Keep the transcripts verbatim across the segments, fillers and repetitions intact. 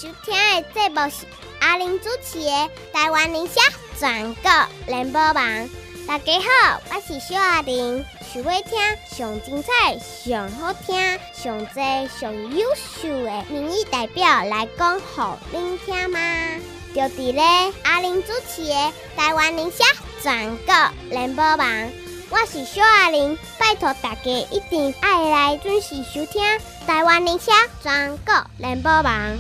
收听的节目是阿玲主持的《台湾理想全国联播网》。大家好，我是小阿玲。想要听上精彩、上好听、上多、上优秀的民意代表来讲互恁听吗？就伫咧阿玲主持的《台湾理想全国联播网》。我是小阿玲，拜托大家一定爱来准时收听台湾理想全国联播网。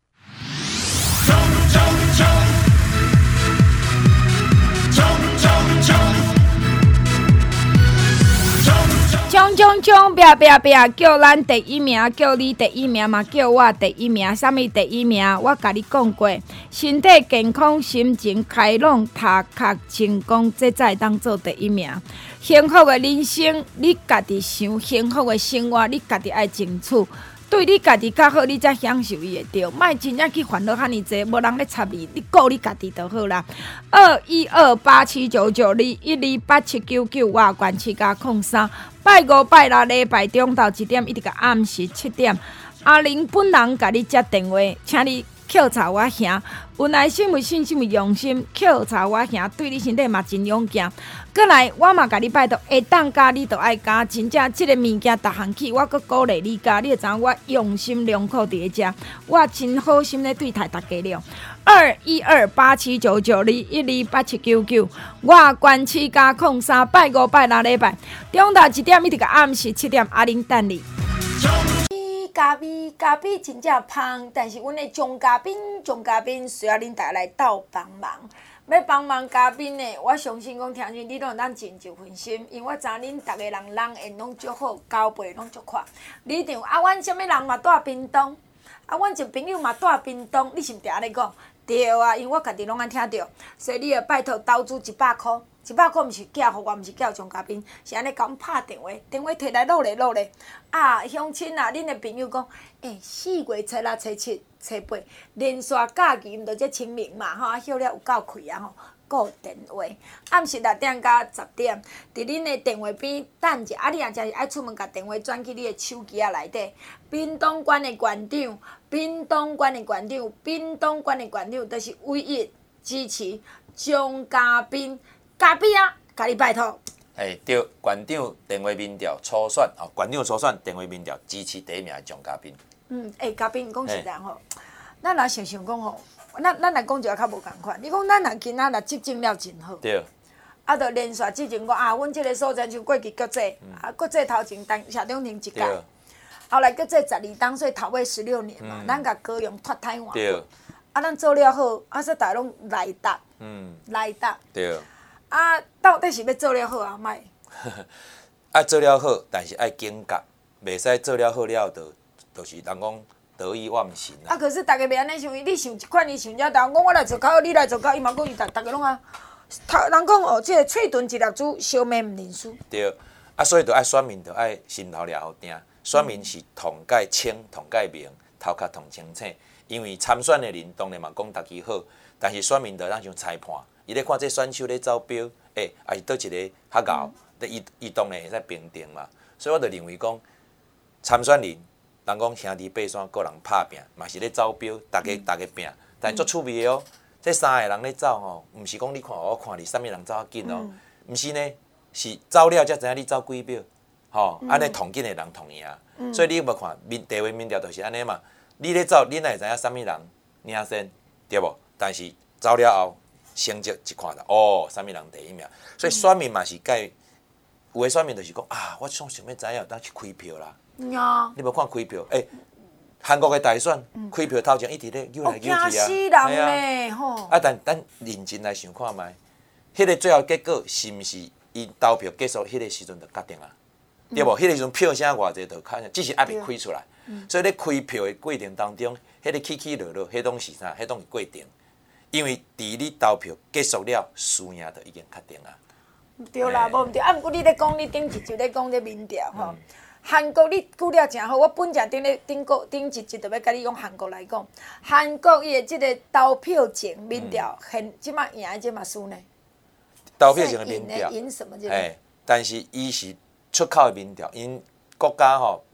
冲冲冲！拼拼拼！叫咱第一名，叫你第一名嘛，叫我第一名。啥物第一名？我甲你讲过，身体健康、心情开朗、读壳成功，这才会当做第一名。幸福的人生，你家己想；幸福的生活，你家己爱争取。对你家己较好，你才享受伊会着。莫真正去烦恼遐尼济，无人咧插你，你顾你家己就好啦。二一二八七九九二一二八七九九，外关七加空三。拜五拜六礼拜中昼一点一直到暗时七点，阿玲本人甲你接电话，请你扣查我兄，有耐心有信心有用心，扣查我兄对你身体嘛真勇敢。过来，我嘛甲你拜托，会当加你就爱加，真正即个物件逐项起，我阁鼓励你加，你会知影我用心良苦伫咧遮，我真好心咧对待大家了。二一二八七九九二一二八七九九，外关七加空三，拜五拜六礼拜，中昼一点一直到暗时七点，阿玲等你。咖啡咖啡真正香，但是阮的钟嘉宾钟嘉宾需要恁大家来斗帮忙。要帮忙嘉宾呢，我相信讲听见你拢有咱真一份心，因为我知恁逐个人人缘拢足好，交配拢足快。你场啊，阮啥物人嘛住屏东，啊，阮一朋友嘛住屏东，你是毋是安尼讲？对啊，因为我家己拢安听着，所以你要拜托投资一百箍，一百箍毋是寄互我，毋是寄互钟嘉宾，是安尼甲阮拍电话，电话摕来录咧录咧。啊，乡亲啊，恁的朋友讲，诶、欸，四月初六、初七、初八连续假期，毋着这清明嘛吼，啊，休了有够开啊吼。固电话，暗时六点到十点，伫恁的电话边等者。啊，你若真是爱出门，甲电话转去你的手机啊内底。屏东县的县长，屏东县的县长，屏东县的县长，就是唯一支持钟嘉宾，嘉宾啊，甲你拜托。 哎，对，县长电话民调初选哦，县长初选电话民调支持第一名的钟嘉宾。 嗯，哎、欸，嘉宾讲实在吼，咱若想想讲吼。咱咱来讲一个较无共款，你讲咱若今仔若执政了真好， 对， 啊，着连续执政讲啊，阮即个所在像过去国际，嗯、啊，国际头前当社长停一届，后来国际十二当，所以头尾十六年嘛，嗯、咱甲高雄脱台湾， 对， 啊，咱做了好，啊，说大家拢来答，嗯，来答， 对， 啊，到底是要做了好啊，莫？ 啊，做了好，但是爱警觉，袂使做了好了，就就是人讲。得意忘形啊！啊，可是大家袂安尼想，你想一款，伊想遮，但讲我来做较好，你来做较好，伊嘛讲伊逐大家拢啊，人讲哦，即、这个喙唇一粒珠，烧麦毋认输。 对，啊，所以着爱选民着爱心头了好定，选民是同介清、同介明，头壳同清醒。因为参选的人当然嘛讲大家好，但是选民着咱像裁判，伊咧看这选手咧走标，诶、欸，也是倒一个较牛，伊伊当然会使评定嘛。所以我着认为讲参选人。人讲兄弟爬山，个人拍拼，嘛是咧走标，大家大家拼，但足趣味的哦。这三个人咧走吼，毋是讲你看我看你，啥物人走较紧哦，毋、嗯、是呢，是走了才知影你走几秒，吼、哦，安尼同紧的人同赢。嗯、所以你有无看民地位民调就是安尼嘛？你咧走，你哪会知影啥物人领先，对无？但是走了后，成绩一看到，哦，啥物人第一名。所以选民嘛是介，有的选民就是讲啊，我想想要知影，当去开票啦。 呀！ 你无看开票？诶、欸，韩国的大选、嗯、开票头前一直咧扭来扭去啊， 惊死人咧吼！ 啊，但咱认真来想看卖，迄、那个最后结果是毋是伊投票结束迄个时阵就决定啊？嗯、对无？迄、那个时阵票声偌济就看，只是还未开出来。嗯、所以咧开票的过程当中，迄、那个起起落落，迄拢是啥？迄拢是过程。因为伫你投票结束了，输赢就已经确定啊。 对啦，无毋对。啊，毋过你咧讲，你顶一集咧讲咧民调吼。嗯韩国你举了真好，我本正顶咧顶个顶一集就要甲你用韩国来讲，韩国伊的即个投票前民调，现即马赢，即马输呢？ 投票前的民调， 赢什么？这个？ 哎，但是伊是出口的民调，因国家吼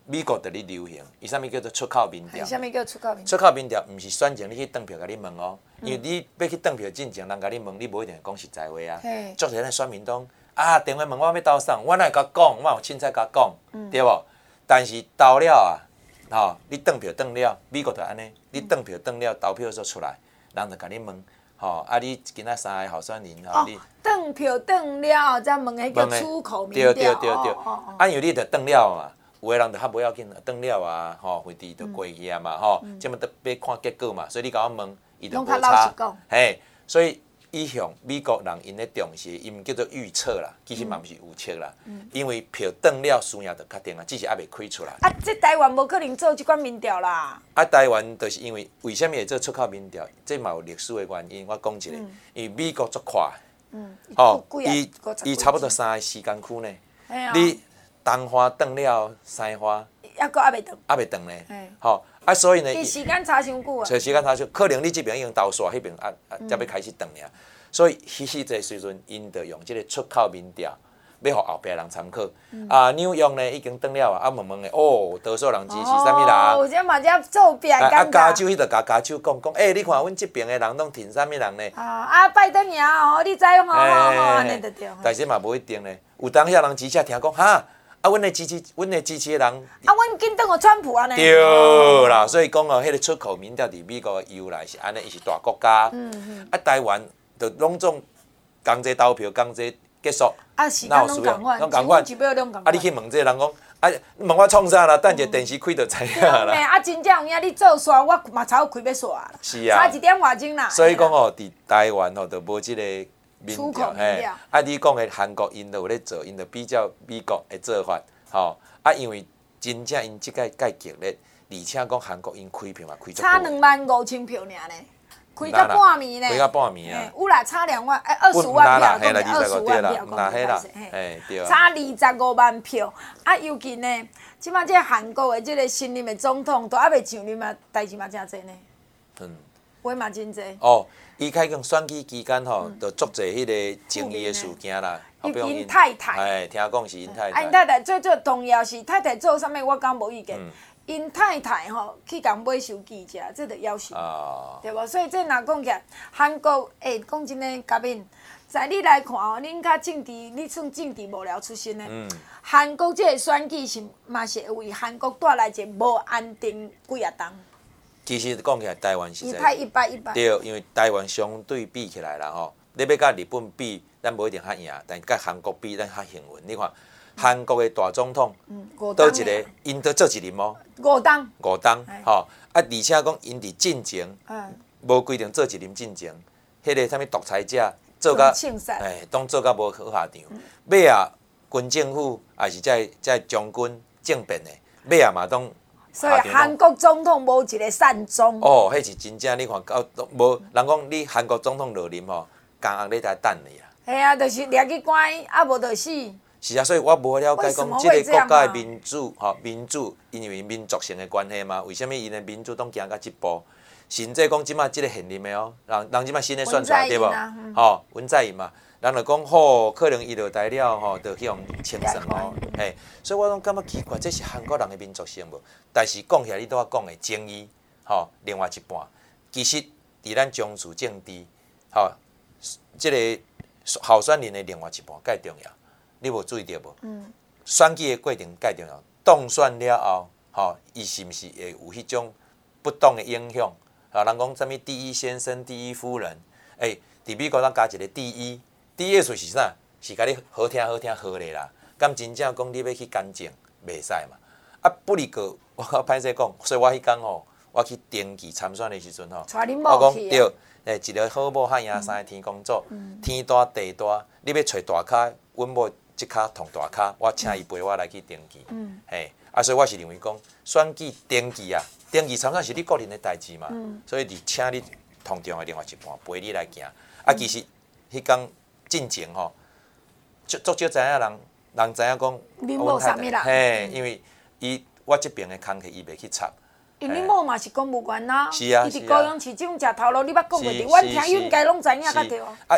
美国伫咧流行，伊啥物叫做出口民调？ 啥物叫出口民调？ 出口民调毋是选前你去登票甲你问哦，因为你要去登票进前，人甲你问，你无一定会讲实在话啊。足侪咱选民讲啊，电话问我要投啥，我哪会甲讲？我有凊彩甲讲，对无？但是投了啊，吼，你登票登了，美国就安尼，你登票登了，投票所出来，人就甲你问。吼，啊！你今仔三个候选人吼，你登票登了，再问迄叫出口民调。 对对对对，啊，因为你着登了嘛，有个人着较无要紧，登了啊，吼，会治着过去啊嘛，吼，即么得要看结果嘛，所以你甲我问，伊着无差，嘿，所以以向美国人因咧重视，伊毋叫做预测啦，其实嘛毋是预测啦，因为票登了，输赢就确定啊，只是还未开出来。 啊，这台湾无可能做即款民调啦。 啊，台湾就是因为为虾米会做出口民调？这嘛有历史的原因，我讲一个，因为美国足快，吼，伊伊差不多三个时间区呢。你东花登了，西花， 还阁还未登， 还未登呢。吼，啊，所以呢， 伊时间差伤久啊。 所以时间差伤，可能你这边已经投煞，迄边啊啊才要开始登尔。所以迄时阵时阵，因着用即个出口民调。要互后壁人参考。嗯、啊，纽约呢已经登了啊，啊问问的哦，多数人支持啥物人？ 哦，有这嘛只作弊尴尬。 啊，加州迄着甲加州讲讲，诶、欸，你看阮即边的人拢挺啥物人呢？ 啊啊，拜登赢哦，你知吼吼吼，安尼就对。 但是嘛无一定呢，有当遐人支持听讲哈，啊，阮的支持，阮的支持的人， 啊，阮紧当互川普安尼。 对啦，所以讲哦，迄个出口民调伫美国的由来是安尼，伊是大国家。嗯嗯。啊，台湾就拢总同齐投票，同齐。结束， 啊，时间拢共款， 共款， 一秒拢共款。 啊，你去问这个人讲，啊，问我创啥啦？等者电视开就知影啦。 啊，真正有影你做煞，我嘛才有开要煞啦。 是啊。 差一点外钟啦。 所以讲哦，伫台湾吼，就无即个民调，嘿。啊，你讲的韩国因都有咧做，因就比较美国的做法，吼。啊，因为真正因即个介激烈，而且讲韩国因开票嘛开足。 差两万五千票尔呢。开到半暝呢， 开到半暝啊！ 有啦，差两万，哎，二十万票，讲二十万票， 讲对啦，哎对。 差二十五万票，啊，尤其呢，即摆这韩国的这个新任的总统都还未上任嘛，代志嘛真侪呢。嗯。话嘛真侪。 哦，伊开讲选举期间吼，就足侪迄个争议的事件啦。 因太太。 哎，听讲是因太太。 因太太最最重要是太太做啥物，我讲无意见。因太太吼去共买手机者，这着要求，哦、对无？所以这若讲起来，韩国诶，讲、欸、真诶，嘉宾，在你来看哦，恁较政治，你算政治幕僚出身诶。嗯。韩国这个选举是嘛是会为韩国带来一个无安定几啊冬。 其实讲起来，台湾是。 一派一败一败。 对，因为台湾相对比起来啦吼，你要甲日本比，咱无一定较赢，但甲韩国比，咱较幸运。你看。韩国的大总统，倒一个，因倒做一任哦。 五当。 五当，吼，啊，而且讲因伫进前，无规定做一任进前，迄个啥物独裁者做甲，哎，当做甲无好下场。尾啊，军政府也是在在将军政变的，尾啊嘛当。 所以韩国总统无一个善终。 哦，迄是真正，你看到无？人讲你韩国总统落任吼，监狱咧在等你啦。 系啊，就是掠去关，啊无就死。 是啊，所以我无了解讲，即个国家的民主，吼民主，因为民族性的关系嘛，为虾米因的民主拢行到即步？甚至讲即马即个现任的哦，人人即马新的选出来对无？吼，文在寅嘛，人就讲吼，可能伊落台了吼，就去用清算哦，嘿，所以我拢感觉奇怪，这是韩国人的民族性无？但是讲起来，你拄仔讲的正义，吼，另外一半，其实伫咱中枢政治，吼，即个候选人的另外一半介重要。你无注意到无？嗯、选举的过程介重要，当选了后，吼，伊是毋是会有迄种不当的影响？啊，人讲啥物第一先生、第一夫人，诶、欸，伫美国咱加一个第一，第一意思是啥？是甲你好听好听好咧啦。敢真正讲你要去干净，袂使嘛？啊，不离个，我歹势讲，所以我迄天吼，我去登记参选的时阵吼，我讲对，诶，一个好某汉赢三个天公祖，嗯、天大地大，你要找大咖，阮某。即卡同大卡，我请伊陪我来去登记，嗯、嘿，啊，所以我是认为讲选举登记啊，登记参选是你个人的代志嘛，嗯、所以你请你同中的另外一半陪你来行。啊，其实迄天进前吼，足足少知影人，人知影讲， 恁某啥物人？ 嘿，因为伊我即边的工课伊袂去插。 因恁某嘛是公务员啊， 是啊， 伊伫高雄市政食头路，你捌讲袂着？阮听应该拢知影甲对。 啊，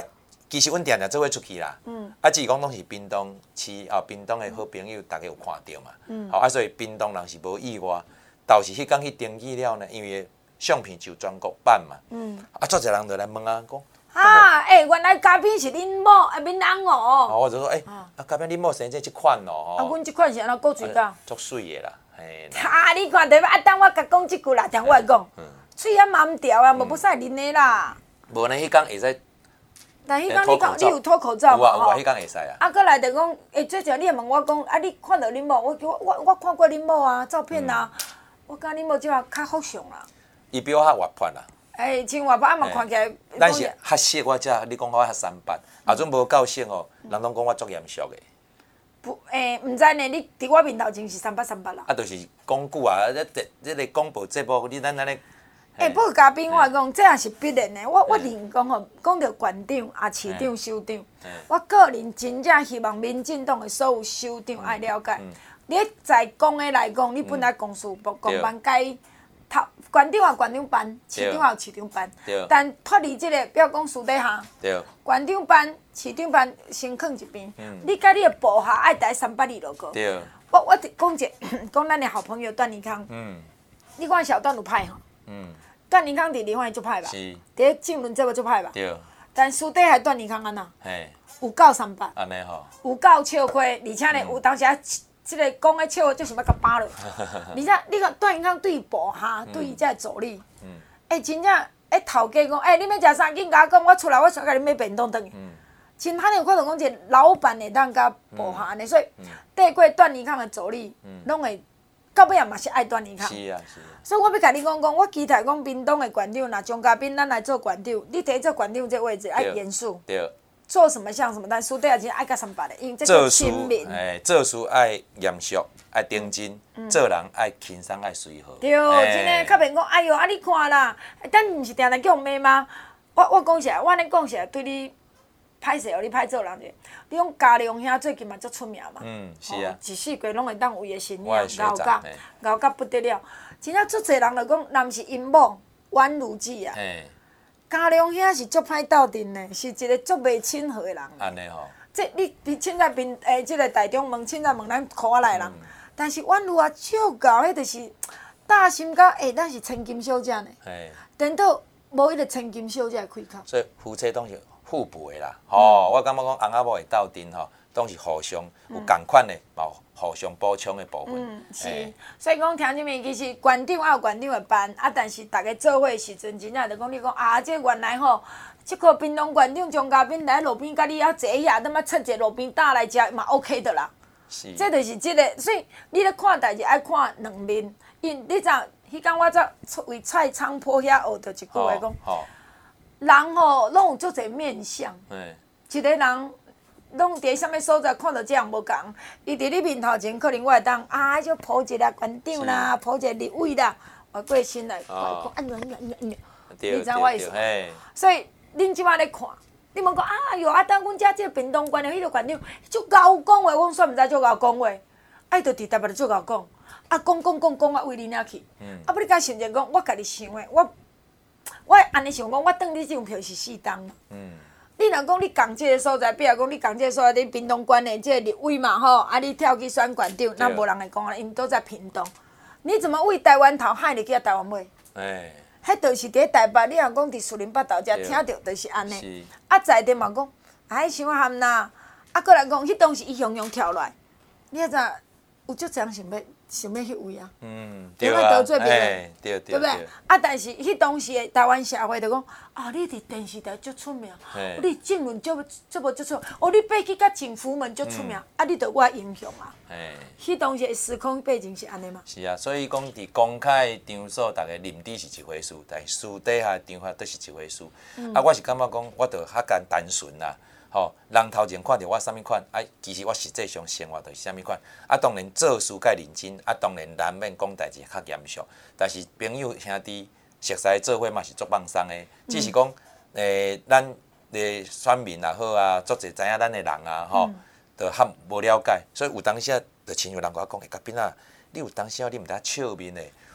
其实阮定定做伙出去啦，嗯，啊，只是讲拢是屏东市哦，屏东的好朋友，大家有看到嘛，嗯，好啊，所以屏东人是无意外，倒是迄天去登记了呢，因为相片就全国版嘛，嗯，啊，足侪人就来问啊，讲。 啊，诶、欸，原来嘉宾是恁某，啊，闽人哦。 哦，我就说，诶、欸，啊，嘉宾恁某生这即款咯， 啊，阮即款是安怎过嘴噶？ 足水的啦，嘿。 哈，你看对吧？啊，等我甲讲即句啦，听我讲，嘴啊慢调啊，无不使啉的啦。 无呢，迄天会使。 但迄天你讲你有脱口罩嘛？有啊有啊，迄天会使啊。 啊，搁来就讲，诶，最少你会问我讲，啊，你看到恁某？我我我我看过恁某啊，照片啊，我感觉恁某即下较福相啦。 伊比我较活泼啦。 诶，像活泼啊嘛，看起来。 但是较色我遮，你讲我较三八，啊，阵无够色哦，人拢讲我足严肃的。 不，诶，毋知呢，你伫我面头前是三八三八啦。 啊，就是讲久啊，这这这个广播节目，你咱安尼。 诶，不过嘉宾我讲，这也是必然的。我我认讲吼，讲到县长、啊市长、首长，我个人真正希望民进党的所有首长爱了解，你在公的来讲，你本来公事部公办该。头县长也县长办，市长也有市长办，但脱离即个，不要讲私底下，县长办、市长办先放一边。你甲你的部下爱在三八二路过。我我讲一个，讲咱的好朋友段尼康，你看小段有歹吼，段尼康伫离婚就歹吧，伫政论节目就歹吧，但私底下段尼康安怎？有够三八， 安尼吼， 有够笑亏，而且呢有当时啊。即个讲的笑话，就想要甲扒落。而且你看段永康对部下、对伊遮助理，哎，真正哎头家讲，哎，你要食啥？紧甲我讲，我出来我想甲你买便当转去。真罕有看到讲一个老板会当甲部下安尼，所以缀过段永康的助理，拢会到尾也嘛是爱段永康。 是啊是。 所以我要甲你讲讲，我期待讲屏东的县长，若张嘉宾咱来做县长，你摕做县长这位置爱严肃。对。做什么像什么，但私底下真爱甲三八的，因为这个亲民。 哎，做事爱严肃，爱认真；做人爱轻松，爱随和。 对，真的，较免讲，哎哟，啊你看啦，咱毋是定定叫骂吗？我我讲实，我安尼讲实，对你歹势哦，你歹做人者。你讲嘉良兄最近嘛足出名嘛， 嗯，是啊， 一世过拢会当为个神影，熬到熬到不得了。真正足侪人就讲，若毋是因某宛如子啊。嘉良兄是足歹斗阵的，是一个足袂亲和的人。 安尼吼。 这你你凊彩面诶，即个台中问，凊彩问咱苦我来人。但是宛如啊，笑到迄就是大心到诶，咱是千金小姐呢。嘿。等到无迄个千金小姐开口。 所以夫妻拢是互补的啦，吼，我感觉讲翁仔某会斗阵吼，拢是互相有共款的，嘛互相补充的部分。 嗯，是。所以讲，听即面其实县长也有县长的班，啊，但是大家做伙的时阵，真正就讲你讲啊，这原来吼，即个屏东县长张嘉宾来路边，甲你遐坐遐，那么切一个路边搭来食嘛 OK 的啦。是。这就是即个，所以你咧看代志爱看两面。因你知迄天我则为蔡昌坡遐学到一句话讲，人吼拢有足侪面相。一个人。拢伫啥物所在看到这样无共，伊伫你面头前可能我会当啊，就抱一个县长啦，抱一个立委啦，我过身来看讲，啊，你知我意思？所以恁即摆咧看，你问讲啊哟，啊，等阮遮即个屏东县的迄个县长，足够讲话，我煞毋知足够讲话，啊，伊就伫台北就足够讲，啊，讲讲讲讲啊，为你遐去，啊，不你敢想者讲，我家己想的，我我安尼想讲，我当你这张票是适当。你若讲你共即个所在，比如讲你共即个所在，你屏东县的即个立委嘛吼，啊你跳去选县长，那无人会讲啦，因都在屏东。你怎么为台湾头害入去台湾尾？哎，迄就是伫台北，你若讲伫树林北斗遮听到，就是安尼。啊在地嘛讲，哎伤含啦，啊过来讲，迄当时伊雄雄跳来，你知影有足侪人想要想要迄位啊？嗯，对啊，得罪别人，对不对？啊，但是迄当时的台湾社会就讲，啊，你伫电视台足出名，你政论足足无足出名，哦，你爬去甲政府们足出名，啊，你着我影响啊。迄当时的时空背景是安尼嘛？ 是啊，所以讲伫公开场所，大家认知是一回事，但是私底下场合都是一回事。啊，我是感觉讲，我着较简单纯啦。吼，人头前看到我啥物款，啊，其实我实际上生活就是啥物款。啊，当然做事较认真，啊，当然难免讲代志较严肃。但是朋友兄弟熟识做伙嘛是足放松的，只是讲，诶、欸，咱的选民也好啊，足侪知影咱的人啊，吼，着较无了解，所以有当时啊，着亲像人甲我讲，诶，嘉宾啊，你有当时啊，你毋知笑面的，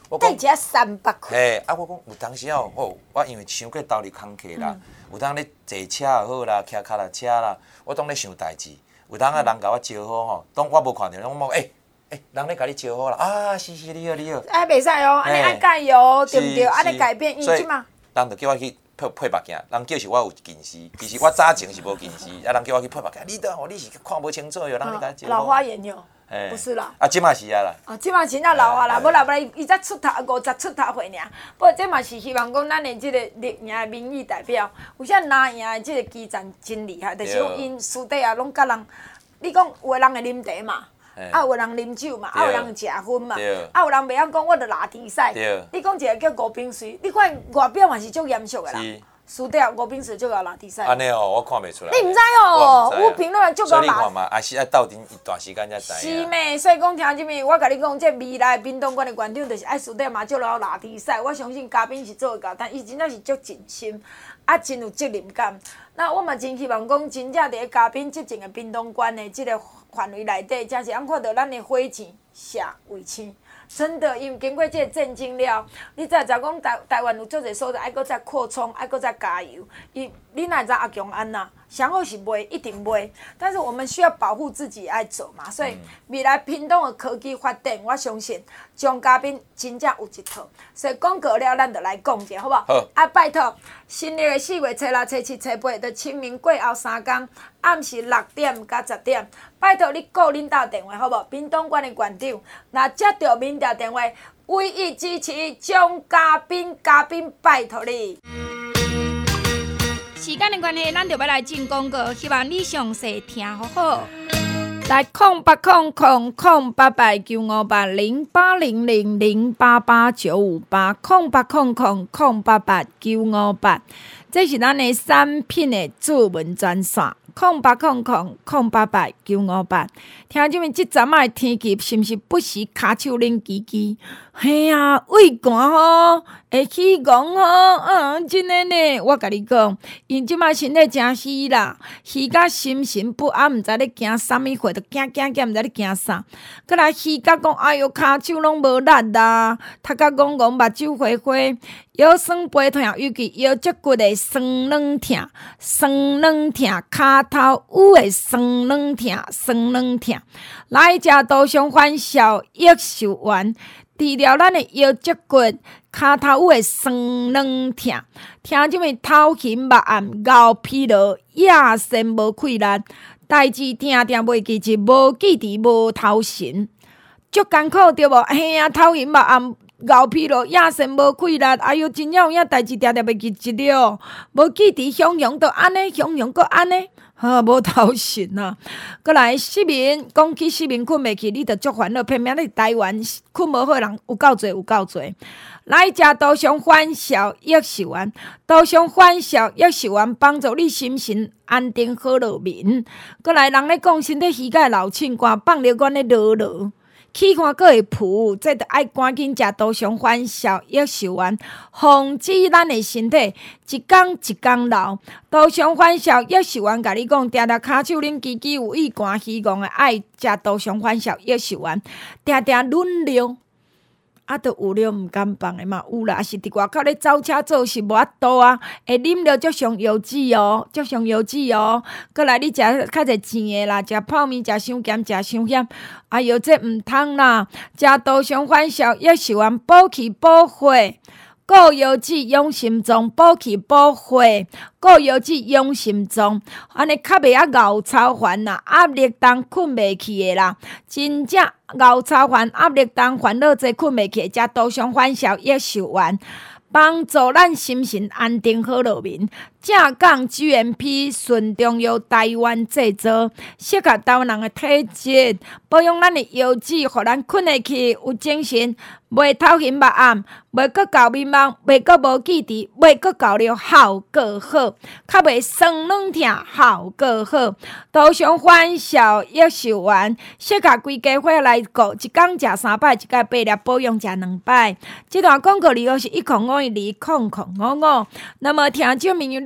我带一下三百块。 嘿，啊，我讲有当时哦，我我因为想过兜里空客啦，嗯、有当咧坐车也好啦，骑脚踏车啦，我当咧想代志。有当啊，人甲我招好吼，当我无看到，我讲诶诶，人咧甲你招好啦，啊，是是，你好你好。哎， 袂使哦，安尼爱加油，对不对？安尼改变伊即嘛。 人就叫我去配配目镜，人叫是我有近视，其实我早前是无近视，啊，人叫我去配目镜，你倒吼，你是看无清楚哟，人咧甲招好。 老花眼哟。不是啦， 啊，即嘛是啊啦。 啊，即嘛真正老啊啦，无啦，无啦，伊才出头五十出头岁尔。不过这嘛是希望讲咱的即个历赢的民意代表，有啥拿赢的即个基层真厉害，就是讲因私底下拢甲人，你讲有个人会啉茶嘛，啊有个人啉酒嘛，啊有人食薰嘛，啊有人袂晓讲我着拉低赛。你讲一个叫吴炳水，你看外表嘛是足严肃的啦。输掉吴炳水就要拉低赛。 安尼哦，我看袂出来。 你唔知哦，有评论就讲拉。 所以你看嘛，还是要斗阵一段时间才知影。 是咩？所以讲听即面，我甲你讲，这未来屏东县的县长就是爱输掉嘛，就要拉低赛。我相信嘉宾是做会到，但伊真正是足尽心，啊，真有责任感。那我嘛真希望讲，真正伫嘉宾执政的屏东县的即个范围内底，真是通看到咱的火钱下卫生。真的，因为经过这个震惊了，你才知讲台台湾有足侪所在，爱搁再扩充，爱搁再加油。伊，你哪知阿强安呐？上好是袂，一定袂。但是我们需要保护自己，爱做嘛。所以未来屏东的科技发展，我相信张嘉宾真正有一套。所以广告了，咱就来讲者，好不好？ 好。 啊，拜托，新历的四月初六、初七、初八，就清明过后三天，暗时六点到十点，拜托你顾恁兜电话，好不好？屏东县的县长，若接到民调电话，唯一支持张嘉宾，嘉宾拜托你。时间的关系，咱就要来进广告，希望你详细听好好。来，空八空空空八八九五八零八零零零八八九五八，空八空空空八八九五八，这是咱的产品的主文专线。空八空空空八八九五八，听这面即阵仔的天气是毋是不时骹手冷叽叽？嘿啊，胃寒吼，会起戆吼，嗯，真诶呢。我甲你讲，因即摆身体真虚啦，虚甲心神不安，毋知咧惊啥物货，着惊惊惊，毋知咧惊啥。搁来虚甲讲，哎哟，骹手拢无力啦，头壳戆戆，目睭花花，腰酸背痛，尤其腰脊骨的酸软痛，酸软痛，骹头有的酸软痛，酸软痛。来食多上欢笑益寿丸。治疗咱的腰脊骨、骹头有的酸软痛，听这么头晕目暗、熬疲劳、夜神无气力，代志定定袂记住，无记忆、无头神，足艰苦对无？嘿啊，头晕目暗、熬疲劳、夜神无气力，哎哟，真正有影代志定定袂记住了，无记忆，雄雄都安尼，雄雄搁安尼。啊，无头神啊！过来失眠，讲起失眠困袂去，你着足烦恼。偏偏你台湾困无好人有够侪，有够侪。来食多上欢笑益寿丸，多上欢笑益寿丸帮助你心神安定好落眠。过来人咧讲身体虚解老凊寒，放流管咧落落。气看阁会浮，这着爱赶紧食多上欢笑益寿丸，防止咱的身体一天一天老。多上欢笑益寿丸，甲你讲，定定骹手冷叽叽有意寒虚戆的，爱食多上欢笑益寿丸，定定轮流。啊，都有了毋敢放的嘛，有啦，是伫外口咧走车做是无法度啊，会啉了足上油脂哦，足上油脂哦。过来你食较侪甜的啦，食泡面食伤咸，食伤咸，哎哟，这毋通啦，食多上欢笑益寿丸补气补血。顾腰子养心脏，补气补血；顾腰子养心脏，安尼较袂啊熬操烦啦，压力重困袂去的啦，真正熬操烦、压力重、烦恼侪困袂去，食多上欢笑益寿丸，帮助咱心神安定好落眠。正港 G M P 纯中药台湾制造，适合台湾人的体质，保养咱的腰子，互咱困会去，有精神，袂头晕目暗，袂阁搞迷茫，袂阁无记忆，袂阁搞了效果好，较袂酸软痛，效果好。多上欢笑益寿丸，适合规家伙来顾，一工食三摆，一摆八粒，保养食两摆。这段广告利用是一空五二零空空五五。那么听众朋友，你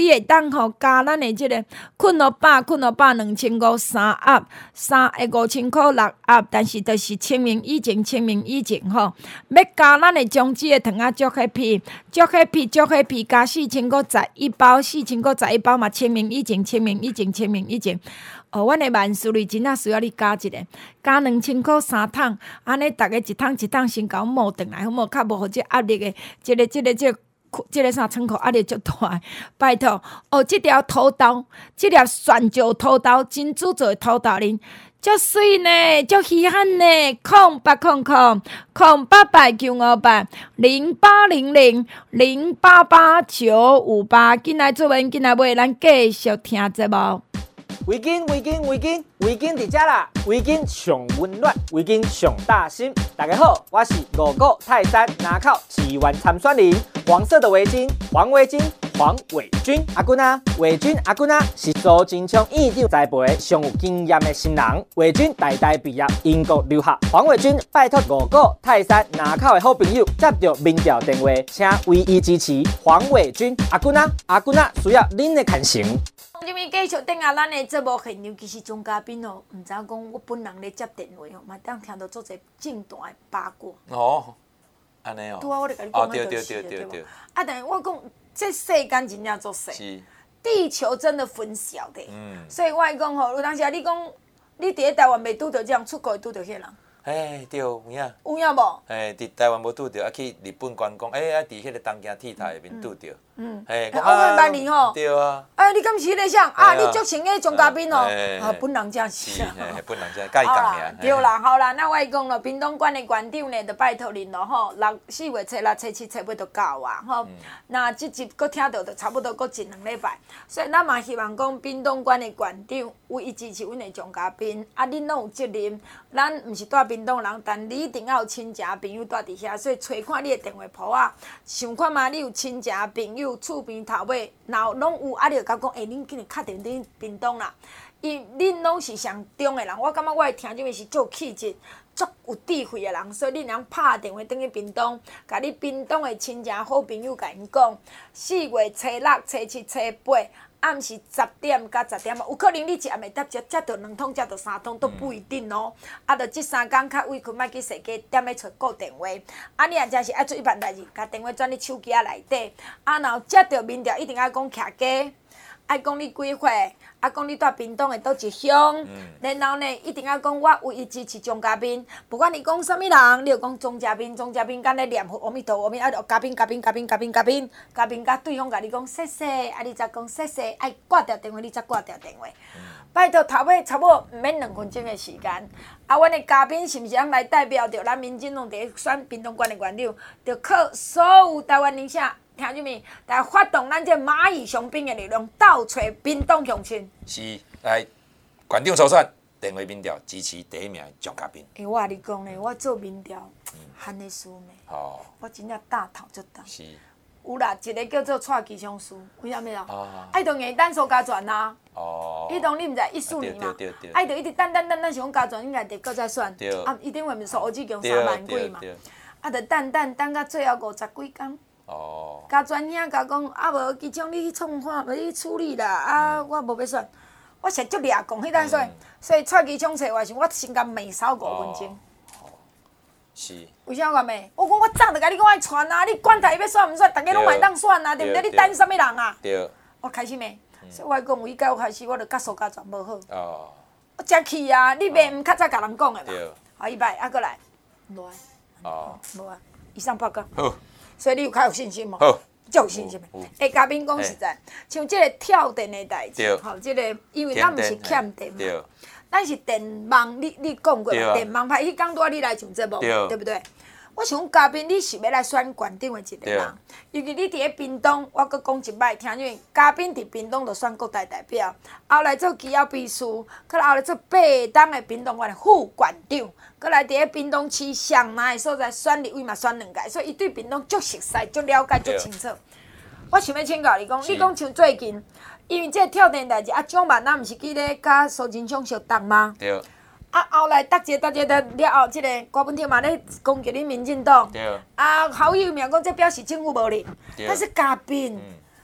你会当吼加咱的即个困了百困了百两千五三盒，三个五千块六盒，但是就是清明以前清明以前吼，要加咱的姜子的糖仔足 happy， 足 happy 足 happy 加四千块十一包，四千块十一包嘛清明以前清明以前清明以前。哦，阮的万事里真正需要你加一个，加两千块三桶，安尼逐个一桶一桶先甲阮摸转来，好无？较无互即压力的，即、这个、即、这个、即、这个、即、这个啥窗口压力足大的，拜托哦！即条土豆，即条蒜椒土豆，珍珠做的土豆仁，足水呢，足稀罕呢，空八空空，空八八九五八零八零零零八八九五八，进来做文，进来买，咱继续听节目。 围巾，围巾，围巾，围巾伫遮啦！围巾上温暖，围巾上大心。大家好，我是五股泰山拿靠市议员参选人，黄色的围巾，黄围巾，黄伟军阿君啊，伟军阿君啊，是苏贞昌院长栽培的上有经验的新人。伟军代代毕业英国留学，黄伟军拜托五股泰山拿靠的好朋友接到民调电话，请唯一支持黄伟军阿君啊，阿君啊，需要恁的牵绳。 今日继续等下咱的节目现场，其实钟嘉宾哦，毋知讲我本人咧接电话哦，嘛当听到做者正大的八卦。 哦，安尼哦。 拄啊，我咧甲你讲哦，对对对对对。 啊，但是我讲，这世间真正足细， 是。 地球真的很小的。 嗯。 所以我会讲吼，有当时啊，你讲你伫咧台湾袂拄到这样，出国会拄到迄个人。 哎，对，有影。 有影无？ 哎，伫台湾无拄着，啊去日本观光，哎啊，伫迄个东京铁塔下面拄着。 嗯， 哎， 我问万你吼， 对啊， 哎，你敢是迄个啥？啊，你足像迄钟嘉宾哦，啊，本人真是啊，本人真，甲伊共名。 对啦，好啦，那我讲咯，屏东县的县长呢，就拜托恁咯吼，六四月初六、初七、初八就到啊，吼。那即集佫听到，就差不多佫一两礼拜，所以咱嘛希望讲屏东县的县长唯一支持阮的钟嘉宾，啊，恁拢有责任，咱毋是住屏东人，但你一定要有亲情朋友住伫遐，所以找看你的电话簿啊，想看嘛，你有亲情朋友厝边头尾，然后拢有，啊，你就甲讲，诶，恁今日确定恁屏东啦，因恁拢是上中的人，我感觉我的听众是足有气质、足有智慧的人，所以恁能拍电话转去屏东，甲你屏东的亲情好朋友甲因讲，四月初六、初七、初八。暗时十点到十点啊，有可能你一暗会搭接，接到两通，接到三通都不一定哦。啊，着即三工较委屈，莫去踅街，点咧找固电话。啊，你若真是爱做一般代志，甲电话转你手机仔内底。啊，然后接到民调，一定爱讲徛家，爱讲你几岁，啊，讲你住屏东的倒一乡。嗯、然后呢，一定要讲我唯一支持钟嘉宾，不管你讲啥物人，你就讲钟嘉宾，钟嘉宾敢咧念佛阿弥陀佛，阿弥啊，就嘉宾嘉宾嘉宾嘉宾嘉宾嘉宾，甲对方甲你讲谢谢，啊，你才讲谢谢，爱挂掉电话，你才挂掉电话。嗯、拜托头尾差不多毋免两分钟的时间，啊，阮的嘉宾是毋是通来代表着咱民进党伫选屏东县的县长，着靠所有台湾人啥？听入面，来发动咱这蚂蚁雄兵的力量，倒找屏东乡亲。 是，来，县长初选，电话民调支持第一名的钟嘉宾。 诶，我甲你讲咧，我做民调，罕的输呢。哦。我真正大头足大。是。有啦，一个叫做蔡其昌输，为虾米啊？哦。爱着硬等苏家全啊。哦。伊当你毋知一四年嘛？对对对。爱着一直等等等等，是讲家全应该得搁再选。对。啊，一定会毋是苏志强三万几嘛？对。啊，着等等等到最后五十几工。哦，甲专兄甲讲，啊无，其中你去创看，要去处理啦，啊，我无要选，我实足掠讲，迄单所以，所以蔡其昌找我时，我先甲骂扫五分钟。哦，是。为啥我骂？我讲我早就甲你讲爱传啊，你管他要选毋选，大家拢会当选啊，对毋对？你等啥物人啊？对。我开始骂，所以我讲，伊甲我开始，我就甲苏家全无好。哦。我真气啊！你袂毋较早甲人讲的嘛？对。好，伊摆，啊，过来，无啊。哦。无啊。以上报告。好。所以你有较有信心无？好，足有信心的。诶，嘉宾讲实在，像即个跳电的代志，吼，即个因为咱毋是欠电嘛，咱是电网，你你讲过电网派，迄工拄仔你来上节目，对不对？我想讲嘉宾，你是要来选县长的一个人，尤其你伫咧屏东，我阁讲一摆，听因嘉宾伫屏东就选国代代表，后来做基要秘书，搁来后来做八党的屏东县的副县长，搁来伫咧屏东市上南的所在选立委嘛选两届，所以伊对屏东足熟悉、足了解、足清楚。我想要请教你讲，你讲像最近，因为这个跳电代志，啊，蒋万安毋是去咧甲苏贞昌相谈吗？对。啊，后来搭一搭一搭了后，即、这个郭文婷嘛咧攻击你民进党。对。啊，好友名讲这表示政府无力，但是嘉宾，嗯、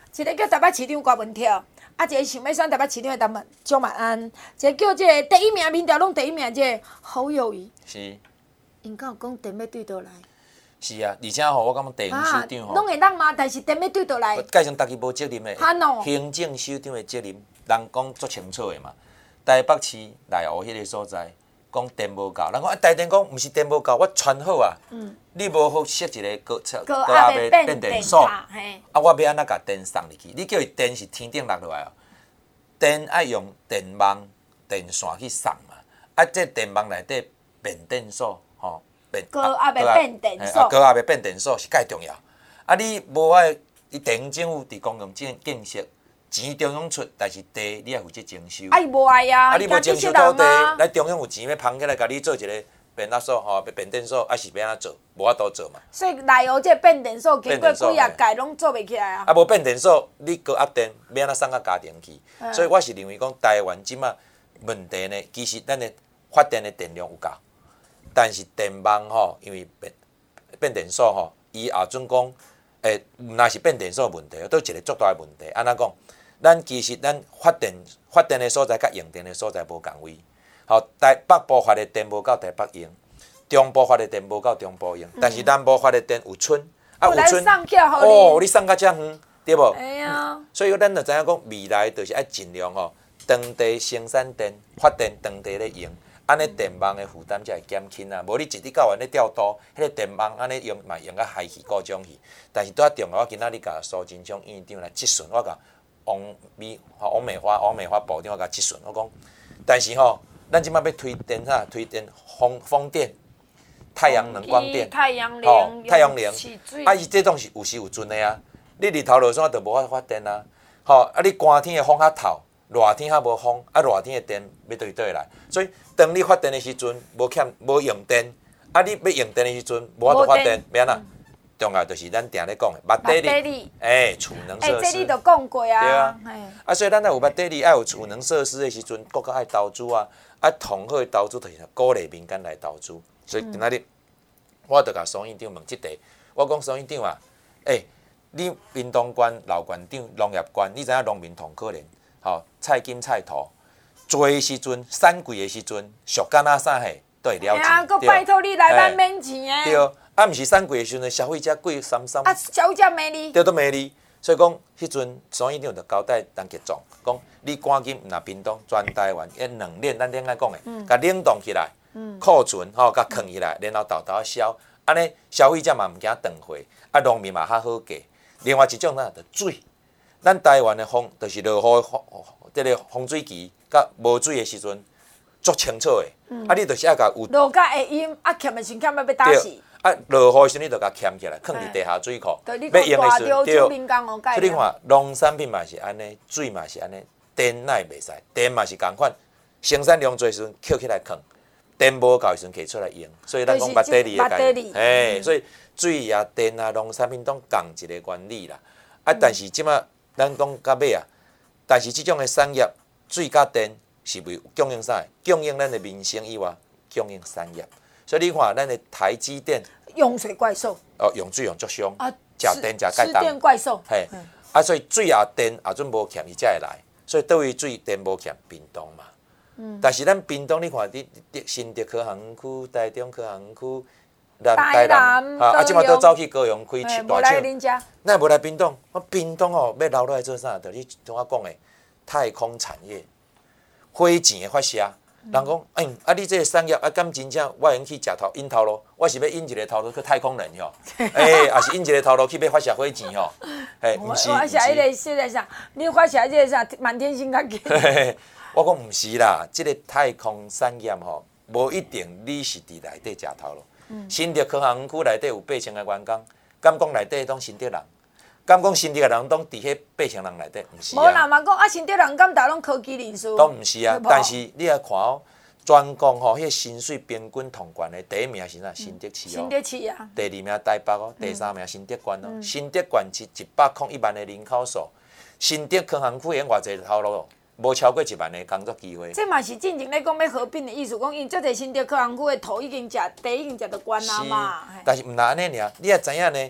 一个叫台北市长郭文跳，啊，一个想要选台北市长的陈蒋万安，一个叫这个第一名民调拢第一名这个侯友宜。 是。 因敢有讲电要对倒来？ 是啊，而且吼，我感觉地方首长吼， 拢会当嘛，但是电要对倒来。 改成家己无责任的。行政首长的责任，人讲足清楚的嘛。台北市内湖迄个所在，讲电无够，人讲啊，台电讲毋是电无够，我传好啊。嗯。你无好设一个高高压的变电所，啊，我要安怎甲电送入去？你叫伊电是天顶落落来哦，电爱用电网、电线去送嘛。啊，这电网内底变电所。吼，变高压的变电所， 高压的变电所是介重要。啊，你无爱，伊地方政府伫公共建建设，钱中央出，但是地你也负责征收。 啊，伊无爱啊， 啊，你无征收土地，来中央有钱要捧起来，甲你做一个变压所，吼，变电所，啊是要安怎做？无法度做嘛。 所以内湖这变电所经过几啊届拢做袂起来啊。 啊，无变电所，你高压电要安怎送到家庭去？所以我是认为讲，台湾即马问题呢，其实咱的发电的电量有够。但是电网吼，因为变变电所吼，伊后阵讲，诶，若是变电所问题，都一个足大的问题。安怎讲？咱其实咱发电发电的所在甲用电的所在无共位。吼，台北部发的电无够台北用，中部发的电无够中部用，但是南部发的电有村， 啊有村， 哦，你送到遮远，对无？ 哎呀， 所以咱就知影讲，未来就是爱尽量吼，当地生产电发电，当地咧用。安尼电网的负担才会减轻啊！无你一日到晚咧调度，迄个电网安尼用嘛用啊害去故障去。但是拄仔重要，我今仔日甲苏贞昌院长来质询，我甲王美王美花王美花部长我甲质询，我讲，但是吼，咱即摆要推电啥？推电风风电、太阳能光电、 太阳能、 太阳能，啊伊这种是有时有准的啊。你日头落山就无法发电啊。吼，啊你寒天的风较透。热天还无风，啊热天的电要对倒来，所以当你发电的时阵，无欠无用电，啊你要用电的时阵，无法度发电，免啊。重要就是咱定咧讲的， battery， battery， 哎，储能设施。 哎，这你都讲过啊。 对啊。啊，所以咱若有 battery，爱有储能设施的时阵，国家爱投资啊，啊，同好的投资就是鼓励民间来投资。所以今仔日，我著甲苏院长问即题，我讲苏院长啊，哎，你屏东县老县长农业县，你知影农民同可怜。吼，菜金菜土，做的时阵，产贵的时阵，俗干啊啥嘿，都会了解。 啊，佮拜托你来咱免钱诶。 对，啊，毋是产贵的时阵，消费者贵三三。 啊，消费者骂你。 对，都骂你。所以讲，迄阵苏院长就交代陈吉仲，讲你赶紧若屏东全台湾一两链，咱顶下讲诶，甲冷冻起来，库存吼，甲藏起来，然后豆豆销，安尼消费者嘛毋惊断货，啊，农民嘛较好价。另外一种呢，就水。咱台湾的风，就是落雨风，这个风水期，甲无水的时阵，足清楚的。嗯、啊，你就是爱甲有落甲会淹，啊欠的先欠要要打死。 啊，落雨的时阵你就甲欠起来，放伫地下水库。 要用的时阵，对。所以你看，农产品嘛是安尼，水嘛是安尼，电乃袂使，电嘛是共款，生产量侪时阵捡起来放，电无够时阵摕出来用。所以咱讲battery的概念，哎，所以水啊、电啊、农产品拢共一个原理啦。啊，但是即马。咱讲到尾啊，但是即种的产业，水甲电是为供应啥？供应咱的民生以外，供应产业。所以你看，咱的台积电用水怪兽哦，用水用足凶，啊，食电食介重，吃电怪兽。 嘿，啊，所以水也电也准无欠，伊才会来。所以倒位水电无欠，屏东嘛。嗯。但是咱屏东，你看，你新竹科学园区、台中科学园区。 台南啊，啊，即马都走去高雄开大厂， 那无来屏东，我屏东哦，要留落来做啥？就你同我讲的太空产业，火箭的发射。人讲，嗯，啊，你这个产业啊，敢真正我用去食头引头路，我是要引一个头路去太空人吼，哎，也是引一个头路去要发射火箭吼，哎，毋是， 发射迄个现在啥？你发射迄个啥？满天星较紧。 我讲毋是啦，即个太空产业吼，无一定你是伫内底食头路。新竹科学园区内底有八千个员工，敢讲内底拢新竹人？敢讲新竹的人拢伫迄八千人内底？毋是啊。 无人嘛讲啊，新竹人敢大拢科技人士？ 都毋是啊，但是你来看哦，全国吼，迄个薪水平均同悬的第一名是啥？新竹市哦。 新竹市啊。 第二名台北哦，第三名新竹县哦。新竹县是一百零一万的人口数，新竹科学园区演偌济头路？无超过一万个工作机会。 这嘛是进前咧讲要合并的意思，讲因遮侪新竹科学园区的土已经食地已经食到关啊嘛。 但是毋那安尼尔，你也知影呢？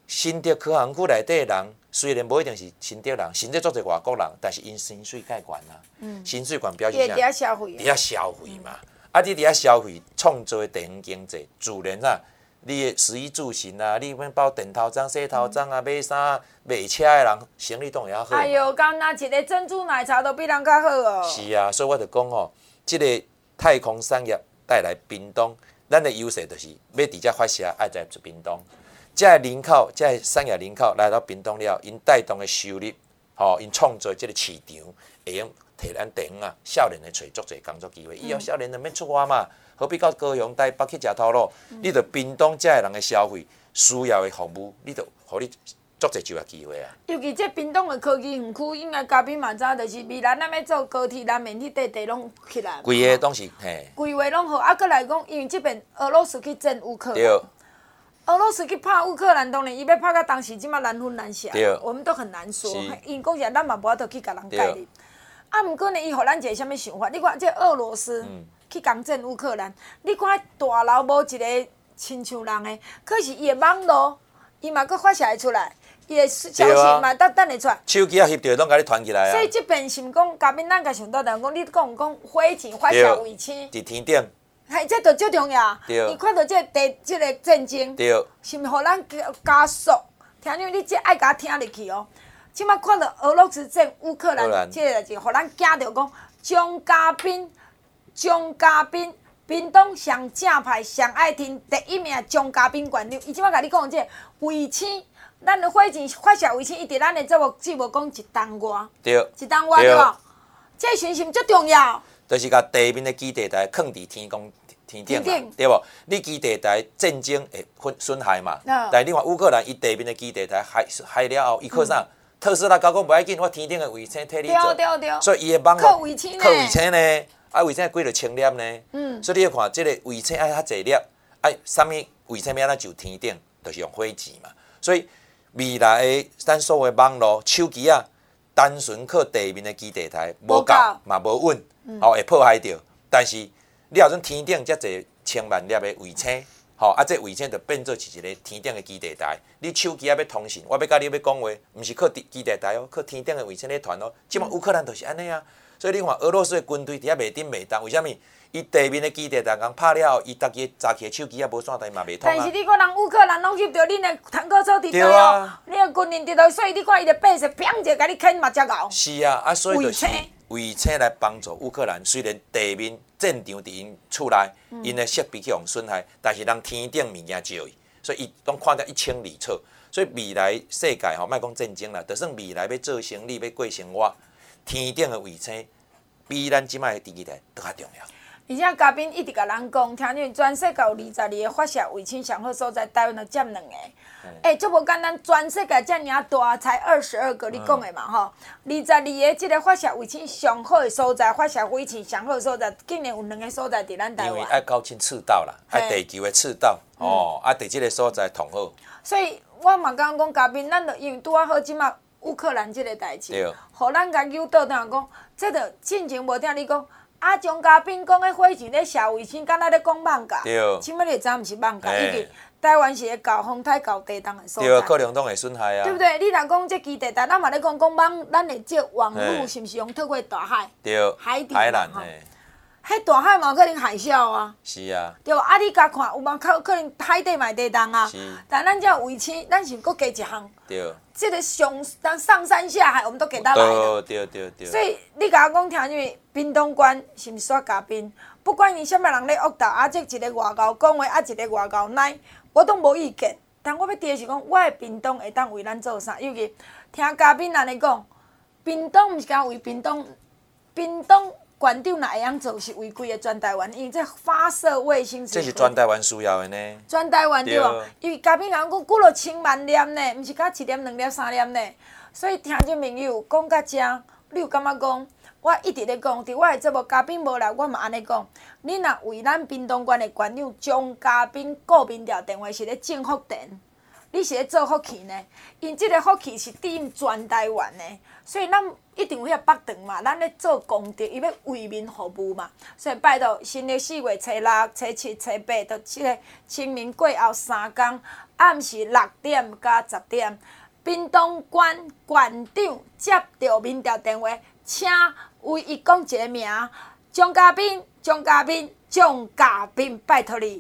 新竹科航区内底人，虽然无一定是新竹人，甚至做者外国人，但是因薪水介悬啊。嗯。薪水悬表示啥？ 伫遐消费。 伫遐消费嘛，啊，你伫遐消费，创造的地方经济，自然啊，你的食衣住行啊，你免包电头章、洗头章啊，买衫、卖车的人，生意当会较好。 哎哟，敢若一个珍珠奶茶都比人较好哦。 是啊，所以我就讲吼，即、这个太空产业带来屏东，咱的优势就是要伫遮发射，爱在屏东。遮个人口，遮个产业人口来到屏东了，因带动的收入，吼、哦，因创造即个市场，会用摕咱地方啊，少年的找足侪工作机会。以后少年人免出外嘛，何必到高雄、台北去食头路？嗯、你着屏东遮个人的消费需要的服务，你着互你足侪就业机会啊。尤其这屏东的科技园区，应该嘉宾嘛知，就是未来咱要做高铁、南面迄块地拢起来。 规个拢是嘿。 规划拢好，啊，搁来讲，因为这边俄罗斯去征乌克兰。 对。 俄罗斯去拍乌克兰，当然伊要拍到当时即马难分难舍，我们都很难说。因讲实，咱嘛无法度去甲人概念。啊，毋过呢，伊互咱一个啥物想法？你看这俄罗斯、嗯、去攻占乌克兰，你看大楼无一个亲像人的，可是伊的网络，伊嘛佫发射会出来，伊的消息嘛等等会出来。 手机啊翕着拢甲你传起来啊。 所以这边是毋讲嘉宾，咱甲想到就讲，你讲讲火箭发射卫星。 伫天顶。 嘿，这着最重要。伊看到这地这个战争，是毋互咱加速？听因为你这爱甲听入去哦。即摆看到俄罗斯征乌克兰，这个代志，互咱惊着讲张嘉宾，张嘉宾，屏东上正派、上爱听第一名张嘉宾馆长，伊即摆甲你讲这卫星，咱的火箭发射卫星，伊伫咱的节目节目讲一吨外， 对， 一吨外对无？这讯息最重要。 就是甲地面的基地台放伫天空天顶嘛，对无？你基地台战争会损害嘛？但是你看乌克兰伊地面的基地台害害了后，伊靠啥？特斯拉甲讲无要紧，我天顶的卫星替你做。 对对对。 所以伊的网络靠卫星呢？ 靠卫星呢？啊，卫星几落千粒呢？嗯。所以你要看即个卫星爱较侪粒，爱啥物卫星要安怎就天顶，就是用火箭嘛。所以未来的咱所有的网络手机啊，单纯靠地面的基地台无够嘛无稳。吼、哦、会破坏掉，但是你后阵天顶遮侪千万粒的卫星，吼、哦、啊，这卫星就变做是一个天顶的基地台。你手机啊要通信，我要甲你要讲话，毋是靠基地台哦，靠天顶的卫星咧传哦。即马乌克兰就是安尼啊，所以你看俄罗斯的军队伫遐袂顶袂动，为虾米？伊地面的基地台共拍了后，伊家己早起的手机啊无线，但嘛袂通啊。 但是你看人乌克兰拢翕到恁的坦克车伫倒哦，恁的军人伫倒，所以你看伊的背势，砰者甲你啃嘛才咬。 是啊，啊所以就是。卫星来帮助乌克兰，虽然地面战场伫因厝内，因的设备去互损害，但是人天顶物件少伊，所以伊拢看得一清二楚。所以未来世界吼，莫讲战争啦，就算未来要做生意、要过生活，天顶的卫星比咱即摆的基地台都较重要。 而且嘉宾一直甲咱讲，听见全世界有二十二个发射卫星上好所在，台湾就占两个。哎，足无简单，全世界遮尔大，才二十二个，你讲的嘛吼？二十二个即个发射卫星上好的所在，发射卫星上好的所在，竟然有两个所在伫咱台湾。 因为爱搞清赤道啦，爱地球的赤道，哦，啊，伫即个所在同好。 所以我嘛刚讲嘉宾，咱就因为拄啊好即马乌克兰即个代志，互咱甲诱导当讲，这着进前无听你讲。啊，张嘉宾讲的火箭咧射卫星，敢若咧讲妄讲，起码你会知毋是妄讲，因为台湾是个高风台、高地动的所在， 对，可能拢会损害啊， 对不对？你若讲这基地台，咱嘛咧讲讲网，咱的这网络是毋是用透过大海、海底嘛？吼，迄大海嘛有可能海啸啊， 是啊， 对吧？啊，你甲看，有嘛可可能海底嘛地动啊，但咱这卫星，咱是搁加一项， 对。 这个上当上山下海，我们都给他来了。 对对对。 所以你甲我讲听，因为屏东县是毋是煞嘉宾？不管伊啥物人咧恶斗，啊，这一个外交讲话，啊，一个外交奶，我都无意见。但我要提的是讲，我的屏东会当为咱做啥？尤其听嘉宾安尼讲，屏东毋是讲为屏东，屏东县长若会晓做，是为规个全台湾，因为这发射卫星是。 这是全台湾需要的呢。 全台湾对无？因为嘉宾讲讲几落千万粒呢，毋是甲一粒、两粒、三粒呢。所以听众朋友讲到这，你有感觉讲？我一直咧讲，伫我的节目嘉宾无来，我嘛安尼讲。你若为咱屏东县的县长张嘉宾顾面条电话是咧正福田， 你是咧做福气呢？因即个福气是踮全台湾的，所以咱一定有遐北长嘛。咱咧做功德，伊要为民服务嘛。所以拜托，新历四月初六、初七、初八，到即个清明过后三天，暗时六点加十点，屏东县县长接到民调电话，请为伊讲一个名，蒋家彬，蒋家彬，蒋家彬，拜托你。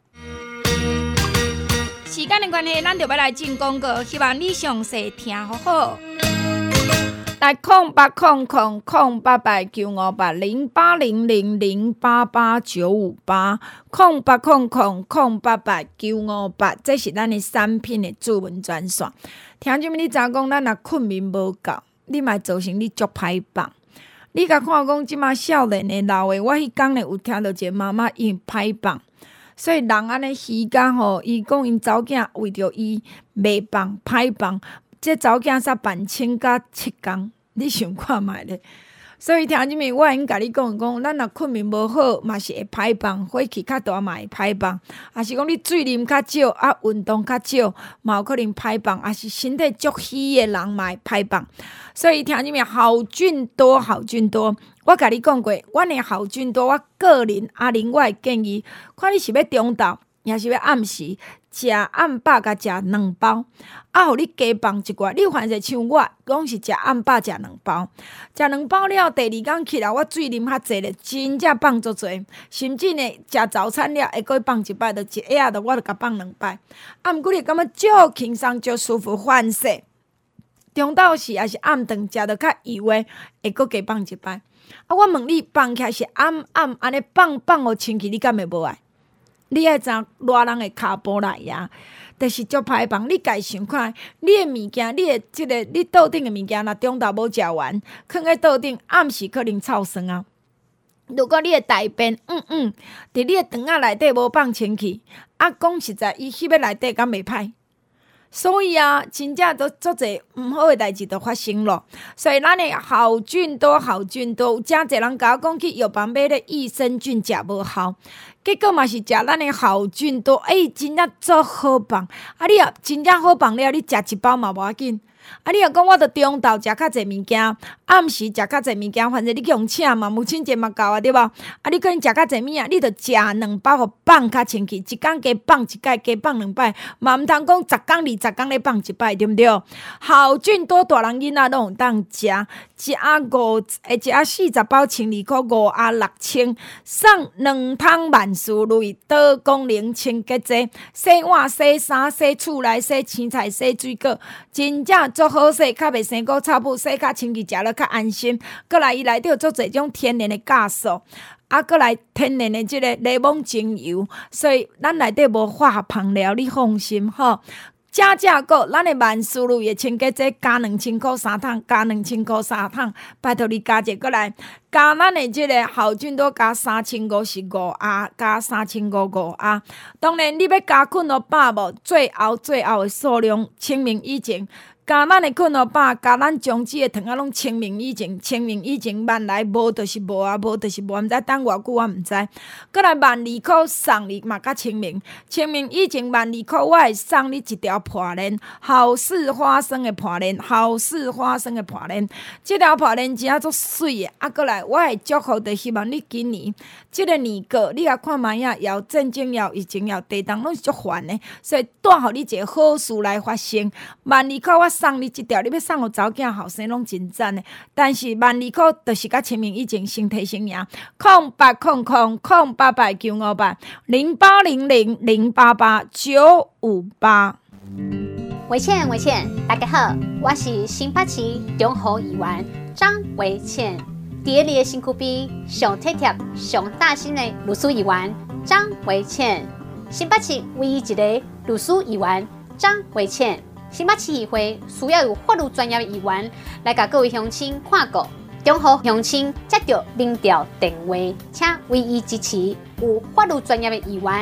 时间的关系，咱就要来进广告，希望你详细听好好。来空八空空空八八九五八零八零零零八八九五八空八空空空八八九五八，这是咱的产品的主文专线。听什么？你知影讲咱若困眠无够，你嘛造成你足歹放。你甲看讲即马少年的老的，我迄天咧有听到一个妈妈因歹放。所以人安尼时间吼，伊讲因查某囝为着伊袂放歹放，这查某囝煞办请甲七工，你想看觅咧？所以听入面我已经甲你讲讲，咱若困眠无好，嘛是会歹放，火气较大嘛会歹放，也是讲你水啉较少，啊运动较少，嘛有可能歹放，也是身体足虚的人嘛会歹放。所以听入面好菌多，好菌多。我甲你讲过，阮的好菌多，我个人阿玲我会建议，看你是要中昼，也是要暗时，食暗饱甲食两包，啊，互你加放一寡。你凡是像我，拢是食暗饱食两包，食两包了，第二天起来我水啉较济咧，真正放足济，甚至呢食早餐了会搁放一摆，就一下仔我就甲放两摆。啊，毋过你感觉足轻松、足舒服、反射。中昼时也是暗顿食着较油的，会搁加放一摆。啊，我问你，放起来是暗暗安尼放放互清气，你敢会无爱？你爱知影热人的骹步来呀，但是足歹放。你家想看，你的物件，你的即、这个你桌顶的物件，若中昼无食完，放在桌顶，暗时可能臭酸啊。如果你的大便，嗯嗯，伫你的肠仔内底无放清气，啊，讲实在，伊翕个内底敢袂歹？所以啊，真正都足侪毋好诶代志都发生咯。所以咱诶好菌多，好菌多，有真侪人甲我讲去药房买咧益生菌食无效，结果嘛是食咱诶好菌多，哎，真正足好放。啊，你若真正好放了，你食一包嘛无要紧。啊，你若讲我着中昼食较侪物件，暗时食较侪物件，反正你用请嘛，母亲节嘛到啊，对无？啊，你可能食较侪物啊，你着食两包，互放较清气，一工加放一摆，加放两摆，嘛毋通讲十工二十工咧放一摆，对毋对？好菌多，大人囡仔拢有当食，一盒五，诶，一盒四十包，千二块，五盒六千，送两桶万事类倒功能清洁剂，洗碗、洗衫、洗厝内、洗青菜、洗水果，真正。足好势，较袂生菇臭母，洗较清气，食了较安心。过来，伊内底有足侪种天然的酵素，啊，过来天然的即个柠檬精油，所以咱内底无化学香料，你放心吼。正正个，咱的万事类的清洁剂加两千块三桶，加两千块三桶，拜托你加一过来，加咱的即个好菌多加三千五是五盒，加三千五五盒。当然，你要加困乐饱无？最后最后的数量，清明以前。加咱的困乐饱，加咱中止的糖仔拢清明以前，清明以前万来无就是无啊，无就是无，毋知等偌久我毋知。过来万二箍送你嘛，甲清明，清明以前万二箍，我会送你一条破链，好事花生的破链，好事花生的破链，即条破链真啊足水的。啊，过来我会祝福的，希望你今年即个年过，你也看卖啊，要战争要疫情要地动，拢是足烦的，所以带互你一个好事来发生。万二箍我。送你一条，你要送互查某囝后生拢真赞的。但是万二块就是甲清明以前身体生赢，空八空空空八八九五八零八零零零八八九五八。 维倩，维倩，大家好，我是新北市中和议员张维倩。第一年的辛苦比上体贴、上大心的律师议员张维倩，新北市唯一一个律师议员张维倩。新北市议会需要有法律专业的议员来甲各位乡亲看顾，中和乡亲接到民调电话，请唯一支持有法律专业的议员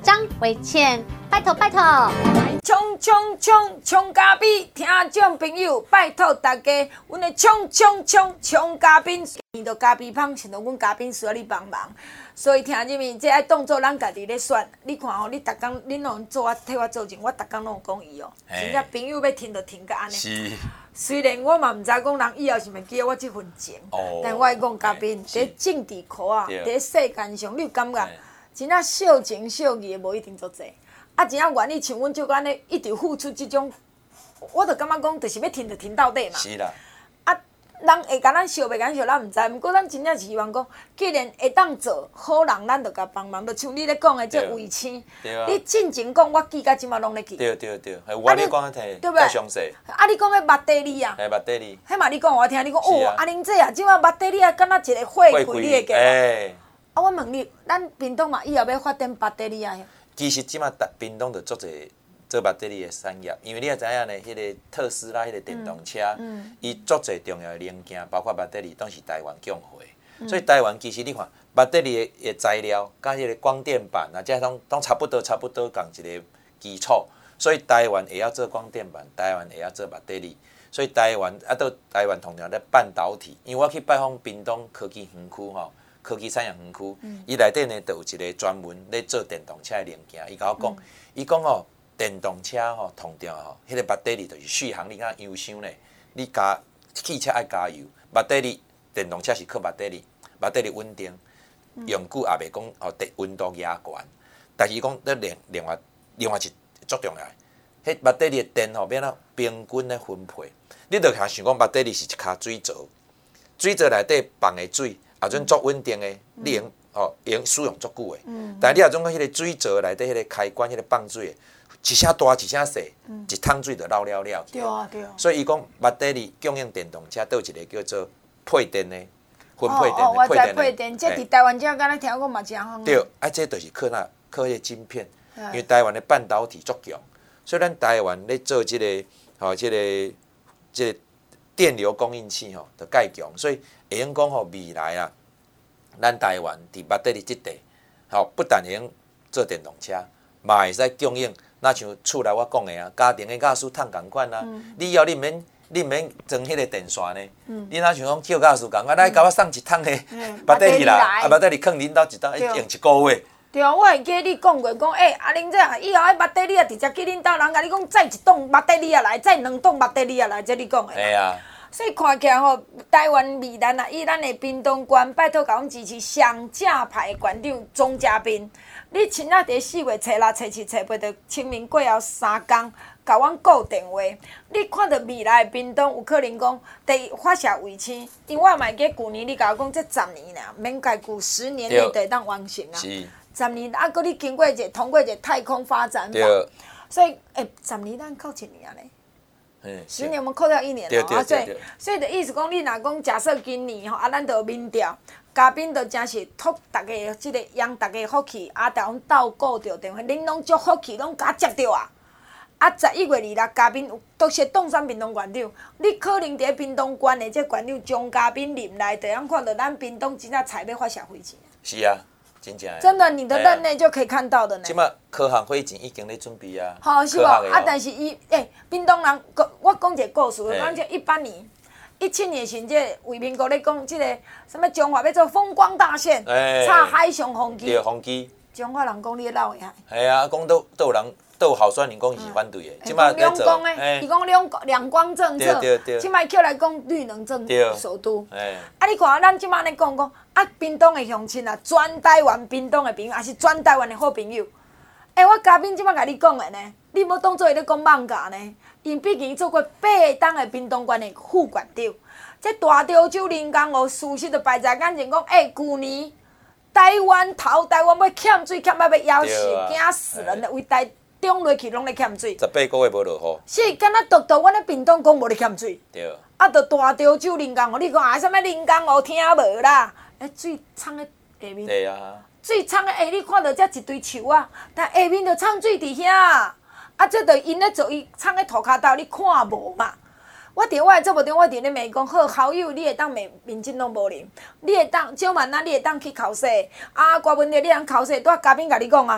张维倩，拜托拜托。 冲冲冲冲嘉宾，听众朋友，拜托大家，阮的冲冲冲冲嘉宾，遇到嘉宾芳，想到阮嘉宾需要你帮忙，所以听入面，这爱当做咱家己咧选。你看吼，你逐工恁拢做我替我做阵，我逐工拢有讲伊哦，真正朋友要听就听甲安尼。 是。 虽然我嘛毋知讲人以后是毋会记我即份情，哦、但我爱讲嘉宾，伫政治课啊，伫世间上，你有感觉真正小情小义的无一定足济。啊，真正愿意像阮就安尼一直付出即种，我就感觉讲，就是要听就听到底嘛。 是啦。 啊，人会甲咱笑袂甲咱笑，咱毋知。毋过咱真正是希望讲，既然会当做好人，咱就甲帮忙。就像你咧讲的这卫生，你进前讲，我记甲即马拢咧记。 对对对，我你讲迄个较详细。 啊，你讲迄麦地里啊？ 嘿，麦地里。 迄嘛，你讲我听，你讲哦，阿玲姐啊，即马麦地里啊，敢若一个会开，你会记？哎。啊，我问你，咱屏东嘛以后要发展麦地里啊？ 其实即马屏东就做者做麦地里的产业，因为你也知影咧，迄个特斯拉迄个电动车，伊足侪重要的零件，包括麦地里都是台湾供货，所以台湾其实你看麦地里的材料，甲迄个光电板啊，这拢拢差不多差不多共一个基础，所以台湾会晓做光电板，台湾会晓做麦地里，所以台湾啊，到台湾同样咧半导体，因为我去拜访屏东科技园区吼。科技产业园区，伊内底呢，就有一个专门咧做电动车的零件。伊甲我讲，伊讲哦，电动车吼，通常吼，迄个麦地里就是续航力较优伤咧。你加汽车爱加油，麦地里电动车是靠麦地里，麦地里稳定，用久也袂讲哦，地温度压悬。但是伊讲，咧另另外另外一足重要，迄麦地里的电吼，免啊平均咧分配。你着想想讲，麦地里是一骹水槽，水槽内底放的水。啊，种足稳定的，你用哦用使用足久的。嗯、但你啊种个迄个水槽内底迄个开关，迄个放水的，一声大一声细，嗯、一桶水就漏了了。 对啊对啊。 所以伊讲，麦地里供应电动车倒一个叫做配电的，分配电的配电的。 配电，这伫台湾这敢若听讲嘛真好。 对，啊，这就是靠那靠迄个晶片，因为台湾的半导体足强，所以咱台湾咧做即、这个吼，即、这个即、这个电流供应器吼，就介强，所以。会用讲吼未来啊，咱台湾伫麦地里即地，吼不但会用做电动车，嘛会使供应。那像厝内我讲的啊，家庭的驾驶桶共款啊。嗯、你以后你毋免你毋免装迄个电线呢，嗯、你若像讲叫驾驶共款，来甲我送一桶的麦地里来，啊麦地里放恁兜一当用一个月。 对啊，我会记你讲过，讲诶，阿玲姐，以后迄麦地里啊，直接去恁兜人甲你讲载一栋麦地里啊来，载两栋麦地里啊来，这你讲的。 系啊。 所以看起来吼，台湾未来啊，以咱的屏东县，拜托甲阮支持上正派的县长钟嘉宾。你亲仔伫四月初六、初七、初八，着清明过后三工，甲阮固电话。你看到未来的屏东有可能讲第发射卫星，因为我嘛记旧年你甲我讲，这十年啦，免家久十年内就会当完成啊。是。十年啊，搁你经过一个通过一个太空发展法，所以诶、欸，十年咱靠一年咧。十年我们扣掉一年咯，啊，所以所以的意思讲，你若讲假设今年吼，啊，咱就民调，嘉宾就真是托大家即个扬大家福气，啊，甲阮斗顾着电话，恁拢足福气，拢甲接着啊。啊，十一月二六，嘉宾有都是东山屏东县长，你可能伫屏东县的这县长钟嘉宾任内，就通看到咱屏东真正彩要发射飞机。 是啊。真正真的，你的任内就可以看到的呢。 即马科学会已经咧准备啊。 好是无？啊，但是伊诶，屏东人，我讲一个故事，讲这一八年、一七年时，这卫民国咧讲这个什么中华要做风光大县，插海上风机。 对，风机。 中华人讲你老厉害。 系啊，讲都都有人。都有候选人讲伊是反对的，即摆咧做，伊讲两两光政策，即摆叫来讲绿能政首都。啊，你看咱即摆咧讲讲，啊，屏东的乡亲啊，全台湾屏东的朋友，也是全台湾的好朋友。诶、欸，我嘉宾即摆甲你讲的呢，你无当做伊咧讲妄价呢？因毕竟做过八档的屏东县的副县长，这大潮州林江湖事实就摆在眼前，讲诶，欸，旧年台湾头台湾要欠水欠到要要死，惊死人的为台。中落去拢咧欠水， 十八个月无落雨。 是，敢若独独阮咧屏东讲无咧欠水。 对。 啊，着大潮州林江湖，你讲啊，啥物林江湖听无啦？诶，水冲咧下面。 对啊。 水冲咧下，你看到遮一堆树啊，但下面着冲水伫遐。啊，这着因咧做伊冲咧涂骹斗，你看无嘛？我伫我诶节目中，我伫咧骂讲，好好友，你会当骂民进党无能，你会当少万啊，你会当去考试啊，郭文哲你通考试，拄仔嘉宾甲你讲啊。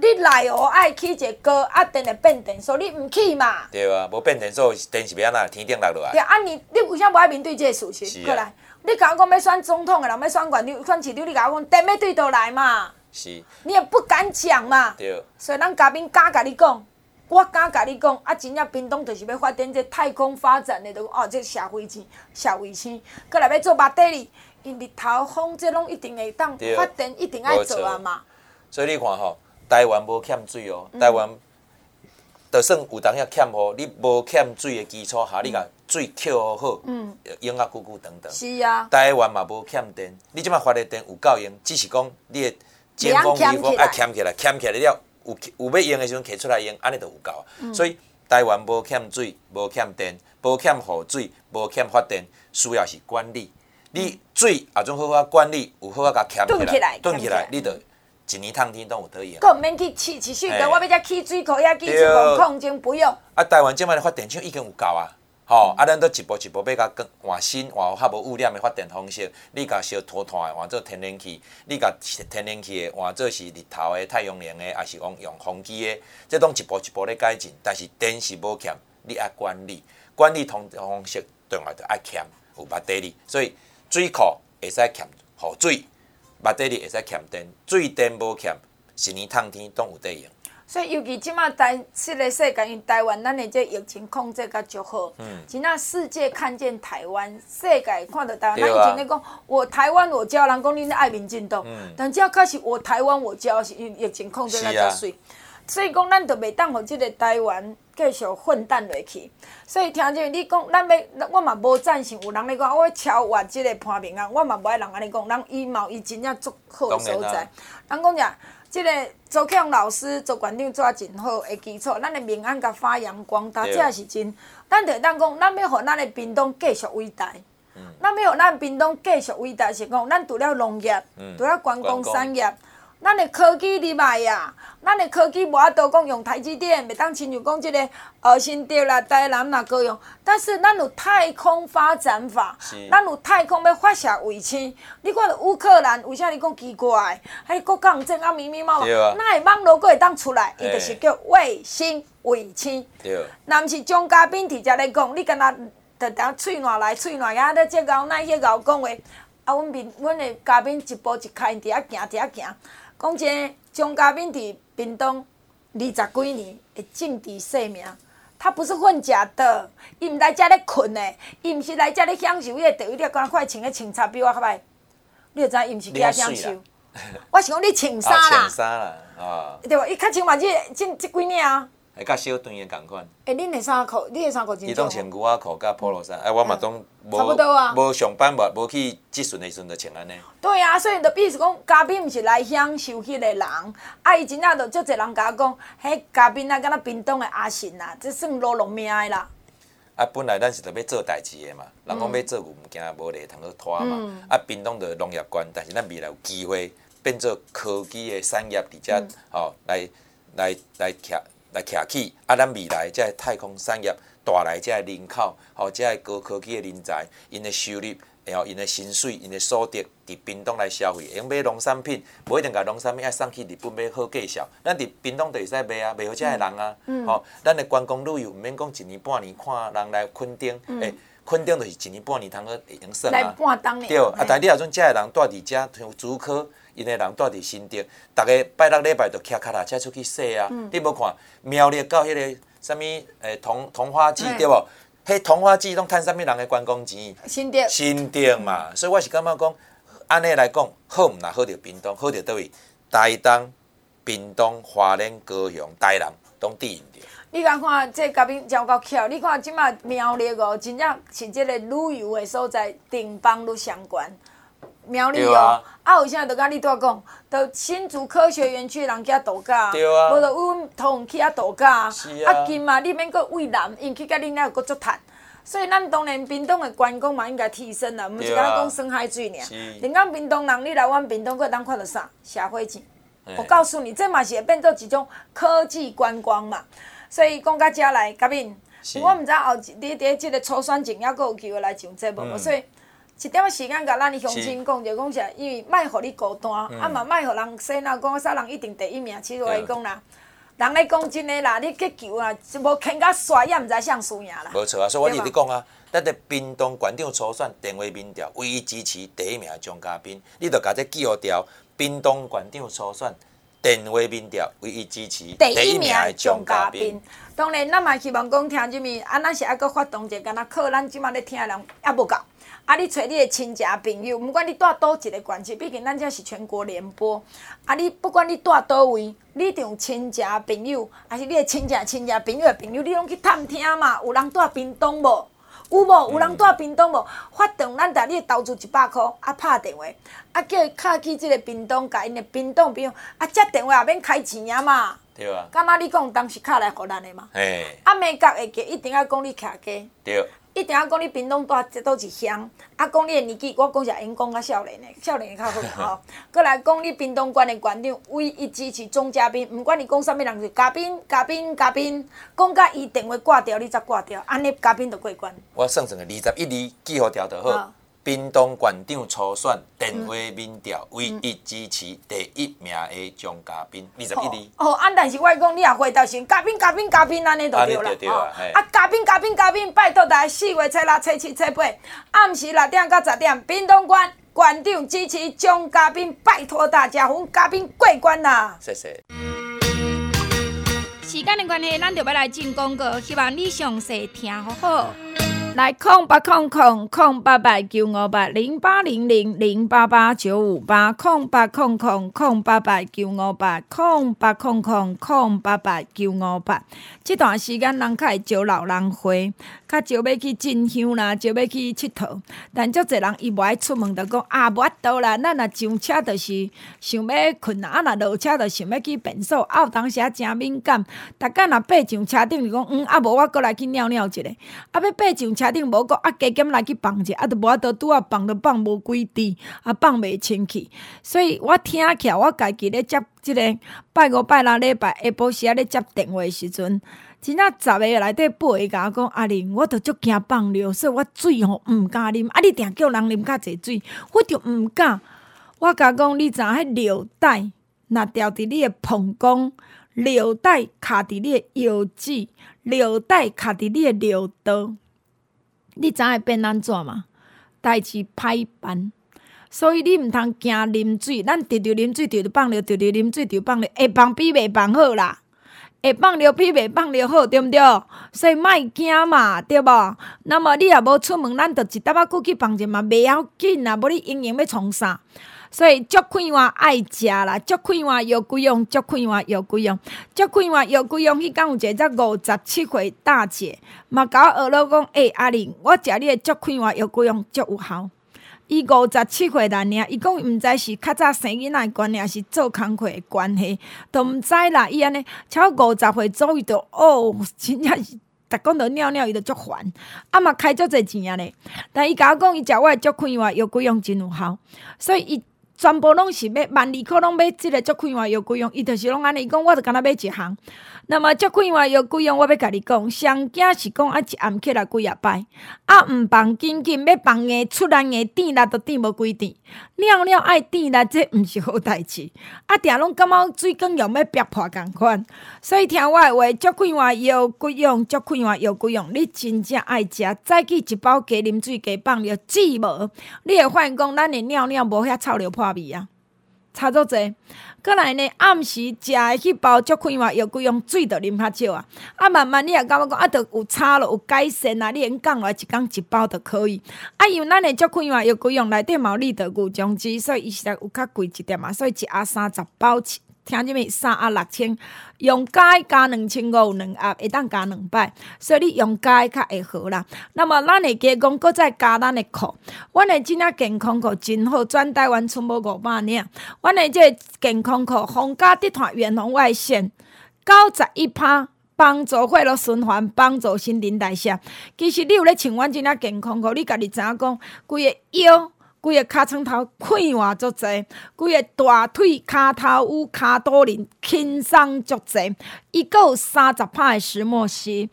你内湖爱起一个高，啊，电会变电所，你毋起嘛？ 对啊，无变电所，电是要安怎天顶落落来？ 对啊，你你为啥无爱面对这个事实？过、啊、来，你甲我讲要选总统的人，要选县长、选市长，你甲我讲电要对倒来嘛？ 是。 你也不敢讲嘛？ 对。 所以咱嘉宾敢甲你讲，我敢甲你讲，啊，真正屏东就是要发展这太空发展的，就哦，这社会星、社会星，过来要做目的哩，因日头风这拢一定会当发展，一定爱做啊嘛。 所以你看吼。台湾无欠水哦，台湾就算有当遐欠雨，你无欠水的基础下，你甲水扣好，嗯，用啊久久长长。 是啊。 台湾嘛无欠电，你即摆发的电有够用，只是讲你的尖峰微风爱欠起来，欠起来了有有要用的时阵摕出来用，安尼就有够啊。嗯、所以台湾无欠水，无欠电，无欠雨水，无欠发电，需要是管理。你水也总好好管理，有好好甲欠起来，顿起来，你就。一年通天都有得用， 佮毋免去饲饲水沟，我要只起水库遐起水库控精不用。 啊，台湾即摆的发电厂已经有够啊，吼、嗯！啊，咱都一步一步要甲更换新、换较无污染的发电方式。你甲烧拖炭的换做天然气，你甲天然气的换做是日头的、太阳能的，还是用用风机的，这拢一步一步咧改进。但是电是无欠，你爱管理，管理通方式重要就爱欠有目的哩。所以水库会使欠雨水。目的里会使欠电，水电无欠，一年通天都有得用。 所以尤其即马台这个世界，因台湾咱的这疫情控制甲足好，嗯，真正世界看见台湾，世界看到台湾。咱以前咧讲，我台湾我骄，人讲恁爱民进党，嗯、但只要开始我台湾我骄，是因疫情控制甲足水。所以讲，咱就袂当互即个台湾继续混蛋落去。所以听这你讲，咱要，我嘛无赞成有人咧讲，我要超越即个潘明安，我嘛无爱人安尼讲，人伊嘛伊真正足好诶所在。人讲呀，即个周启宏老师做馆长做啊真好诶基础，咱诶明安甲发扬光大，这也是真。咱就当讲，咱要互咱诶屏东继续伟大。嗯、咱要互咱屏东继续伟大是讲，咱除了农业，嗯、除了观光产业。咱的科技入来啊，咱的科技无法度讲用台积电，袂当亲像讲即个呃新竹啦、台南啦各用。但是咱有太空发展法，咱有太空要发射卫星。你看乌克兰为啥你讲奇怪？还国港正啊密密麻麻，哪会网络阁会当出来？伊就是叫卫星卫星。若毋是张嘉宾直接咧讲，你敢若着当喙烂来喙烂呀，咧这牛那迄牛讲话，啊，阮面阮的嘉宾一步一开，伫遐行，伫遐行。讲真个，张嘉宾伫屏东二十几年的政治生命，他不是混假的，伊毋来遮咧困的，伊毋是来遮咧享受迄个地位，你看快穿个穿插比我较歹，你就知伊毋是去遐享受。我是讲你穿衫啦， 穿衫啦，啊， 对无？伊较穿嘛，即即即几领啊。 会甲小段的共款。 诶，恁的衫裤，你的衫裤真少。 伊拢穿牛仔裤甲 polo 衫，哎，我嘛拢无差不多啊， 无上班无无去即阵的时阵就穿安尼。 对啊，所以就比如讲，嘉宾毋是来享受迄个人，啊，伊真正就足侪人甲我讲，迄嘉宾啊，敢若屏东的阿信啦，这算落落命的啦。 啊，本来咱是着要做代志的嘛，人讲要做物件无咧通去拖嘛。嗯、啊，屏东着农业县，但是咱未来有机会变做科技的产业伫遮，吼、嗯哦、来来来徛。来徛起，啊！咱未来这太空产业带来这人口，吼，这高科技的人才，因的收入，然后因的薪水，因的所得，伫屏东来消费，用买农产品，无一定甲农产品爱送去日本买好价销，咱伫屏东就会使卖啊，卖互遮个人啊，嗯、吼，咱的观光旅游毋免讲一年半年看人来垦丁，诶、嗯，垦丁就是一年半年通去会用算啊， 来半当年， 对，啊，但你若种遮个人住伫遮，像竹科。因的人住伫新竹，逐个拜六礼拜就骑脚踏车出去踅啊！嗯、你无看苗栗到迄个啥物诶桐桐花季对无？迄桐花季拢趁啥物人的观光钱？ 新竹。 新竹嘛，所以我是感觉讲，安尼来讲，好毋若好着屏东，好着倒位？台东、屏东、花莲、高雄、台南拢抵用着。 你讲看，这嘉宾真够巧。你看即马苗栗哦，真正是即个旅游的所在，顶邦都相关。苗栗哦，啊，有啥就甲你拄讲，就新竹科学园区人去遐度假， 对啊， 无就阮同去遐度假， 是啊， 啊近嘛，你免搁畏南，因去甲恁遐搁足趁，所以咱当然屏东的观光嘛应该提升啦，毋是敢若讲深海水尔。人讲屏东人，你来阮屏东搁当看到啥？社会钱。我告诉你，这嘛是会变做一种科技观光嘛。所以讲到遮来，嘉宾，我毋知后你伫即个初选前还阁有机会来上节目无？所以。 一点仔时间，甲咱的乡亲讲者，讲是因为莫互你孤单，啊嘛莫互人洗脑讲啥人一定第一名。其实我讲啦，人咧讲真诶啦，你去球啊，无牵甲刷也毋知谁输赢啦。 无错啊，所以我一直讲啊，咱伫屏东县长初选电话民调，唯一支持第一名张嘉宾，你着甲这记号条。屏东县长初选电话民调，唯一支持第一名的张嘉宾。当然，咱嘛希望讲听什么，啊，咱是还阁发动一个，敢若靠咱即马咧听的人还无够。啊，你找你的亲戚朋友，不管你住倒一个县市，毕竟咱这是全国联播。啊，你不管你住倒位，你一定有亲戚朋友，还是你的亲戚亲戚朋友的朋友，你拢去探听嘛。有人住屏东无？有无？有人住屏东无？发动咱逐日投资一百箍，啊拍电话，啊叫伊敲去即个屏东，甲因的屏东朋友，啊接电话也免开钱啊嘛。 对啊。 敢若你讲当时敲来互咱的嘛？ 嘿。 啊，美角会记，一定要讲你徛家。 对。 一定要讲你屏东住倒一乡，啊，讲你的年纪，我讲是因讲较少年的，少年的较好吼。过来讲你屏东县的县长唯一支持钟嘉宾，毋管你讲啥物人，是嘉宾、嘉宾、嘉宾，讲甲伊电话挂掉，你才挂掉，安尼嘉宾就过关。 我算算个二十一字记号条就好。屏东县长初选电话民调，唯一支持第一名的张嘉宾，二十一字。 哦，啊，但是我讲你也回答成嘉宾、嘉宾、嘉宾，安尼就对啦。哦，啊，嘉宾、嘉宾、嘉宾，拜托大家四月初六、初七、初八，暗时六点到十点，屏东县县长支持张嘉宾，拜托大家，阮嘉宾过关啦。 谢谢。 时间的关系，咱就要来进广告，希望你详细听好好。来空八空空空八八九五八零八零零零八八九五八空八空空空八八九五八空八空空空八八九五八。这段时间人较会招老人会，较少要去进香啦，少要去佚佗。但足侪人伊无爱出门，就讲啊无法度啦。咱若上车就是想要困啊，若落车就想要去便所。啊，有当时啊真敏感，逐工若爬上车顶就讲嗯啊无我过来去尿尿一下。啊要爬上车顶无个啊加减来去放一下，啊都无法度拄啊放都放无几滴，啊放袂清气。所以我听起来，我家己咧接即个拜五拜六礼拜下晡时啊咧接电话的时阵。真正十个内底八个甲我讲，阿玲，我著足惊放尿，所以我水吼毋敢啉。啊，你定叫人啉较济水，我著毋敢。我甲讲，你知影迄尿袋若掉伫你的膀胱，尿袋卡伫你的腰子，尿袋卡伫你的尿道，你知影会变安怎嘛？代志歹办。所以你毋通惊啉水，咱直直啉水，直直放尿，直直啉水，直直放尿，会放比袂放好啦。会放尿比袂放尿好，对毋对？所以莫惊嘛，对无？那么你也无出门，咱就一搭仔久去放者嘛，袂要紧啦。无你营养要创啥？所以足快活爱食啦，足快活药贵用，足快活药贵用，足快活药贵用。迄天有一个才五十七岁大姐，嘛甲我学了讲，诶、欸，阿玲，我食你的足快活药贵用足有效。伊五十七岁啦，尔伊讲毋知是较早生囡仔的关系，还是做工课的关系，都毋知啦。伊安尼超五十岁左右，就哦，真正是逐讲着尿尿，伊就足烦，啊嘛开足侪钱啊咧。但伊甲我讲，伊食我的足快活药贵用真有效，所以伊全部拢是买万二箍，拢买即个足快活药贵用，伊就是拢安尼。伊讲我就干那买一项。那么足快活药贵用，我要甲你讲，上惊是讲啊一暗起来几啊摆，啊毋放紧紧，要放硬出来硬点啦，都点无几点。尿尿爱点啦，这毋是好代志。啊，定拢感觉水管用要逼破共款。所以听我的话，足快活药贵用，足快活药贵用，你真正爱食，早起一包加啉水加放尿，止无，你会发现讲咱的尿尿无遐臭流破味啊。差足济，过来呢暗时食的迄包足快活药贵用水就啉较少啊，啊慢慢你也感觉讲啊，着有差咯，有改善啊，你用降落一工一包就可以。啊，因为咱的足快活药贵用内底嘛有利得牛浆汁，所以伊实在有较贵一点嘛，所以一盒三十包，听入面三盒六千，用加加两千五有两盒，会当加两摆，所以你用加较会好啦。那么咱会加讲，搁再加咱的裤，阮的真正健康裤真好，全台湾剩无五百领。阮的这健康裤，防假滴团远红外线九十一趴，帮助血液循环，帮助新陈代谢。其实你有咧穿阮真正健康裤，你家己知影讲，规个腰。规个尻川头快活足济，规个大腿骹头有骹肚仁轻松足济，伊阁有三十趴的石墨烯，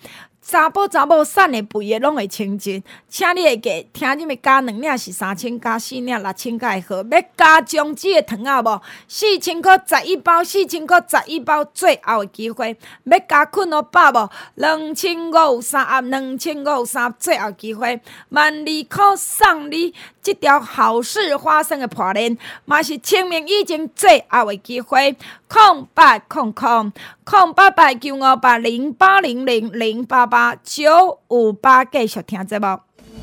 查甫查某瘦的肥的拢会清净，请你会记，听你们加两领是三千，加四领六千才会好。要加姜子的糖啊无？四千块十一包，四千块十一包，最后的机会。要加困乐包无？两千五有三盒，两千五有三盒，最后机会。万二块送你这条好事花生的破链，嘛是清明以前最后的机会。空八空空空八八九五八零八零零零八八九五八，继续听节目。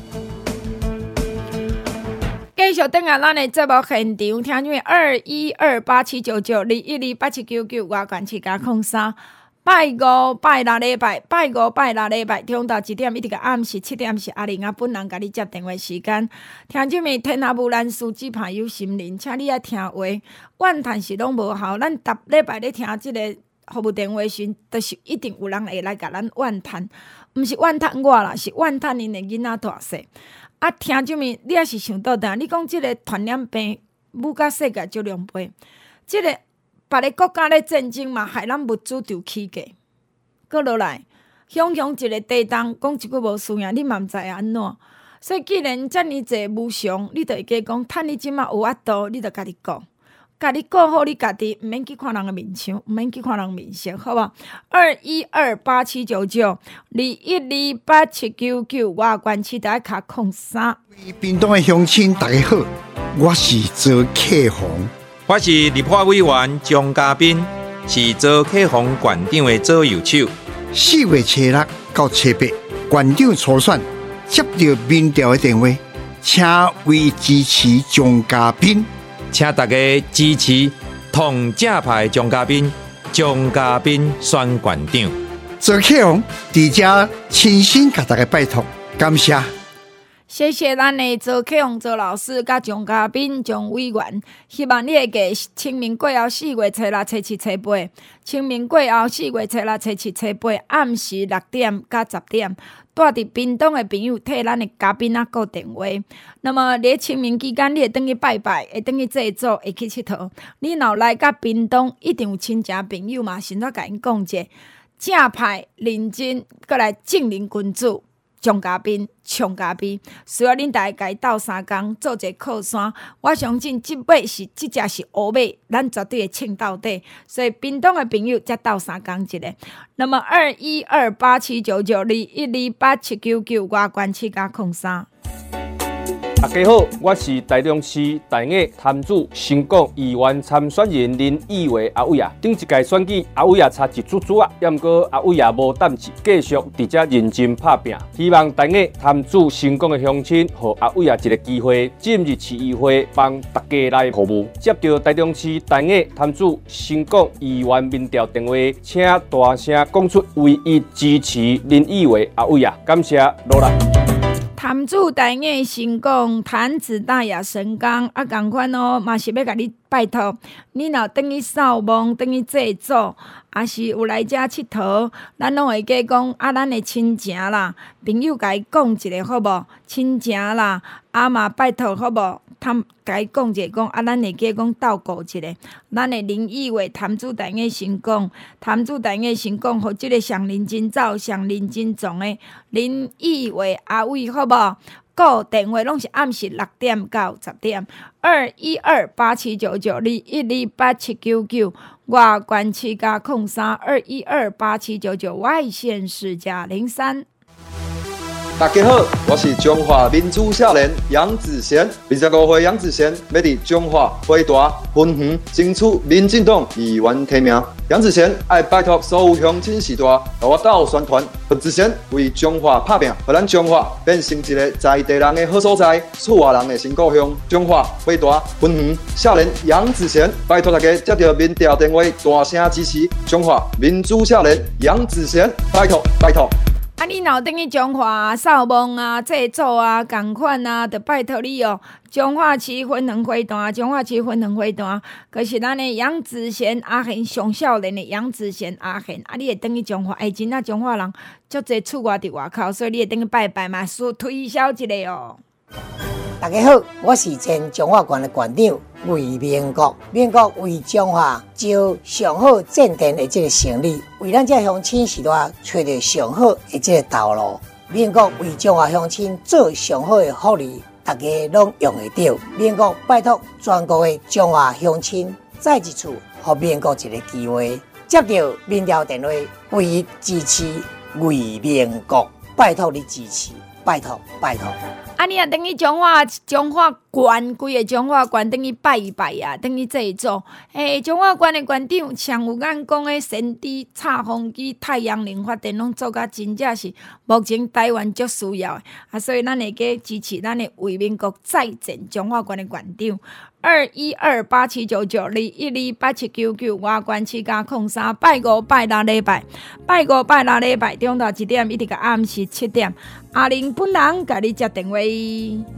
继续等下咱的节目现场，听众二一二八七九九二一二八七九九，外管七加空三。拜五拜六礼拜，拜五拜六礼拜，中昼一点一直到暗时七点是阿玲啊本人甲你接电话时间。听这面天下无难事，只怕有心人，请你啊听话。怨叹是拢无效，咱逐礼拜咧听即个服务电话时，都、就是一定有人会来甲咱怨叹，毋是怨叹我啦，是怨叹因的囡仔大细。啊，听这面你也是想到的，你讲即个传染病，母甲世界足两倍，即、這个。别个国家咧战争嘛，害咱物资就起价。搁落来，雄雄一个地动，讲一句无需要，你嘛毋知会安怎。所以既然遮尔济无常，你著会加讲，趁你即马有法度，你著家己顾，家己顾好你家己，毋免去看人个面相，毋免去看人面色，好无？二一二八七九九，二一二八七九九，外关市台卡空三。 屏东的乡亲大家好，我是周克宏。 我是立法委员张嘉宾，是周克宏馆长的左右手。 四月初六到初八，馆长初选接到民调的电话，请为支持张嘉宾， 请大家支持同正派张嘉宾，张嘉宾选馆长。 周克宏伫遮亲身甲大家拜托，感谢。 谢谢咱的周克宏周老师甲张嘉宾张委员，希望你会记清明过后四月初六、初七、初八，清明过后四月初六、初七、初八暗时六点到十点，住伫屏东的朋友替咱的嘉宾啊顾电话。那么伫清明期间，你会转去拜拜，会转去祭祖，会去佚佗。你若来甲屏东，一定有亲戚朋友嘛，先再甲因讲者，正派认真，过来正人君子。张嘉宾、冲嘉宾，需要恁大家斗三工做一个靠山。我相信即马是即只是乌马，咱绝对会称到底。所以屏东的朋友才斗三工一个。那么二一二八七九九二一二八七九九，外关七加空三。 大家好，我是台中市大雅潭子新港议员参选人林义伟阿伟啊。顶一届选举，阿伟啊差一组组啊，也毋过阿伟啊无胆志，继续伫遮认真拍拼。希望大雅潭子新港的乡亲，互阿伟啊一个机会，进入市议会帮大家来服务。接到台中市大雅潭子新港议员民调电话，请大声讲出唯一支持林义伟阿伟啊，感谢努力。 潭子大雅新港潭子大雅神冈啊，共款哦，嘛是要甲你拜托，你若转去扫墓、转去祭祖，也是有来遮佚佗，咱拢会加讲啊，咱的亲情啦，朋友甲伊讲一个好无？亲情啦，啊嘛拜托好无？他甲伊讲者讲啊，咱会加讲斗顾一个，咱的林义伟潭子大雅新港，潭子大雅新港，互即个上认真走、上认真撞的林义伟阿伟好无？个电话拢是暗时六点到十点，二一二八七九九二一二八七九九，外关七加空三二一二八七九九，外线是加零三。 大家好，我是中华民主少年杨子贤。二十五岁杨子贤要伫中华回大分园争取民进党议员提名。杨子贤爱拜托所有乡亲时代，和我斗宣传。杨子贤为中华拍拼，让咱中华变成一个在地人的好所在，厝外人的新故乡。中华回大分园少年杨子贤，拜托大家接到民调电话，大声支持中华民主少年杨子贤，拜托拜托。 啊，你若等去中华扫墓啊、祭祖啊、共款啊，就拜托你哦。中华市分园会段，中华市分园会段，可是咱的杨子贤阿贤上少年的杨子贤阿贤，啊，你会等去中华？哎，真啊，中华人足侪厝外伫外口，所以你会等去拜拜嘛，需推销一下哦。 大家好，我是前中华县的县长魏明国。民国为中华招上好建店的这个成立，为咱这乡亲时代找到上好的这个道路。民国为中华乡亲做上好的福利，大家拢用得到。民国拜托全国的中华乡亲，再一次给民国一个机会，接到民调电话，为伊支持魏明国，拜托你支持，拜托拜托。 啊，你啊，等于中华中华县，规个中华县等于拜一拜啊，等于这做。诶，中华县的县长像有咱讲的先知、插风机、太阳能发电，拢做甲真正是目前台湾足需要的啊，所以咱会加支持咱的魏明国再战中华县的县长。二一二八七九九二一二八七九九外关七加空三拜五拜六礼拜，拜五拜六礼拜中昼一点一直到暗时七点，阿玲本人甲你接电话。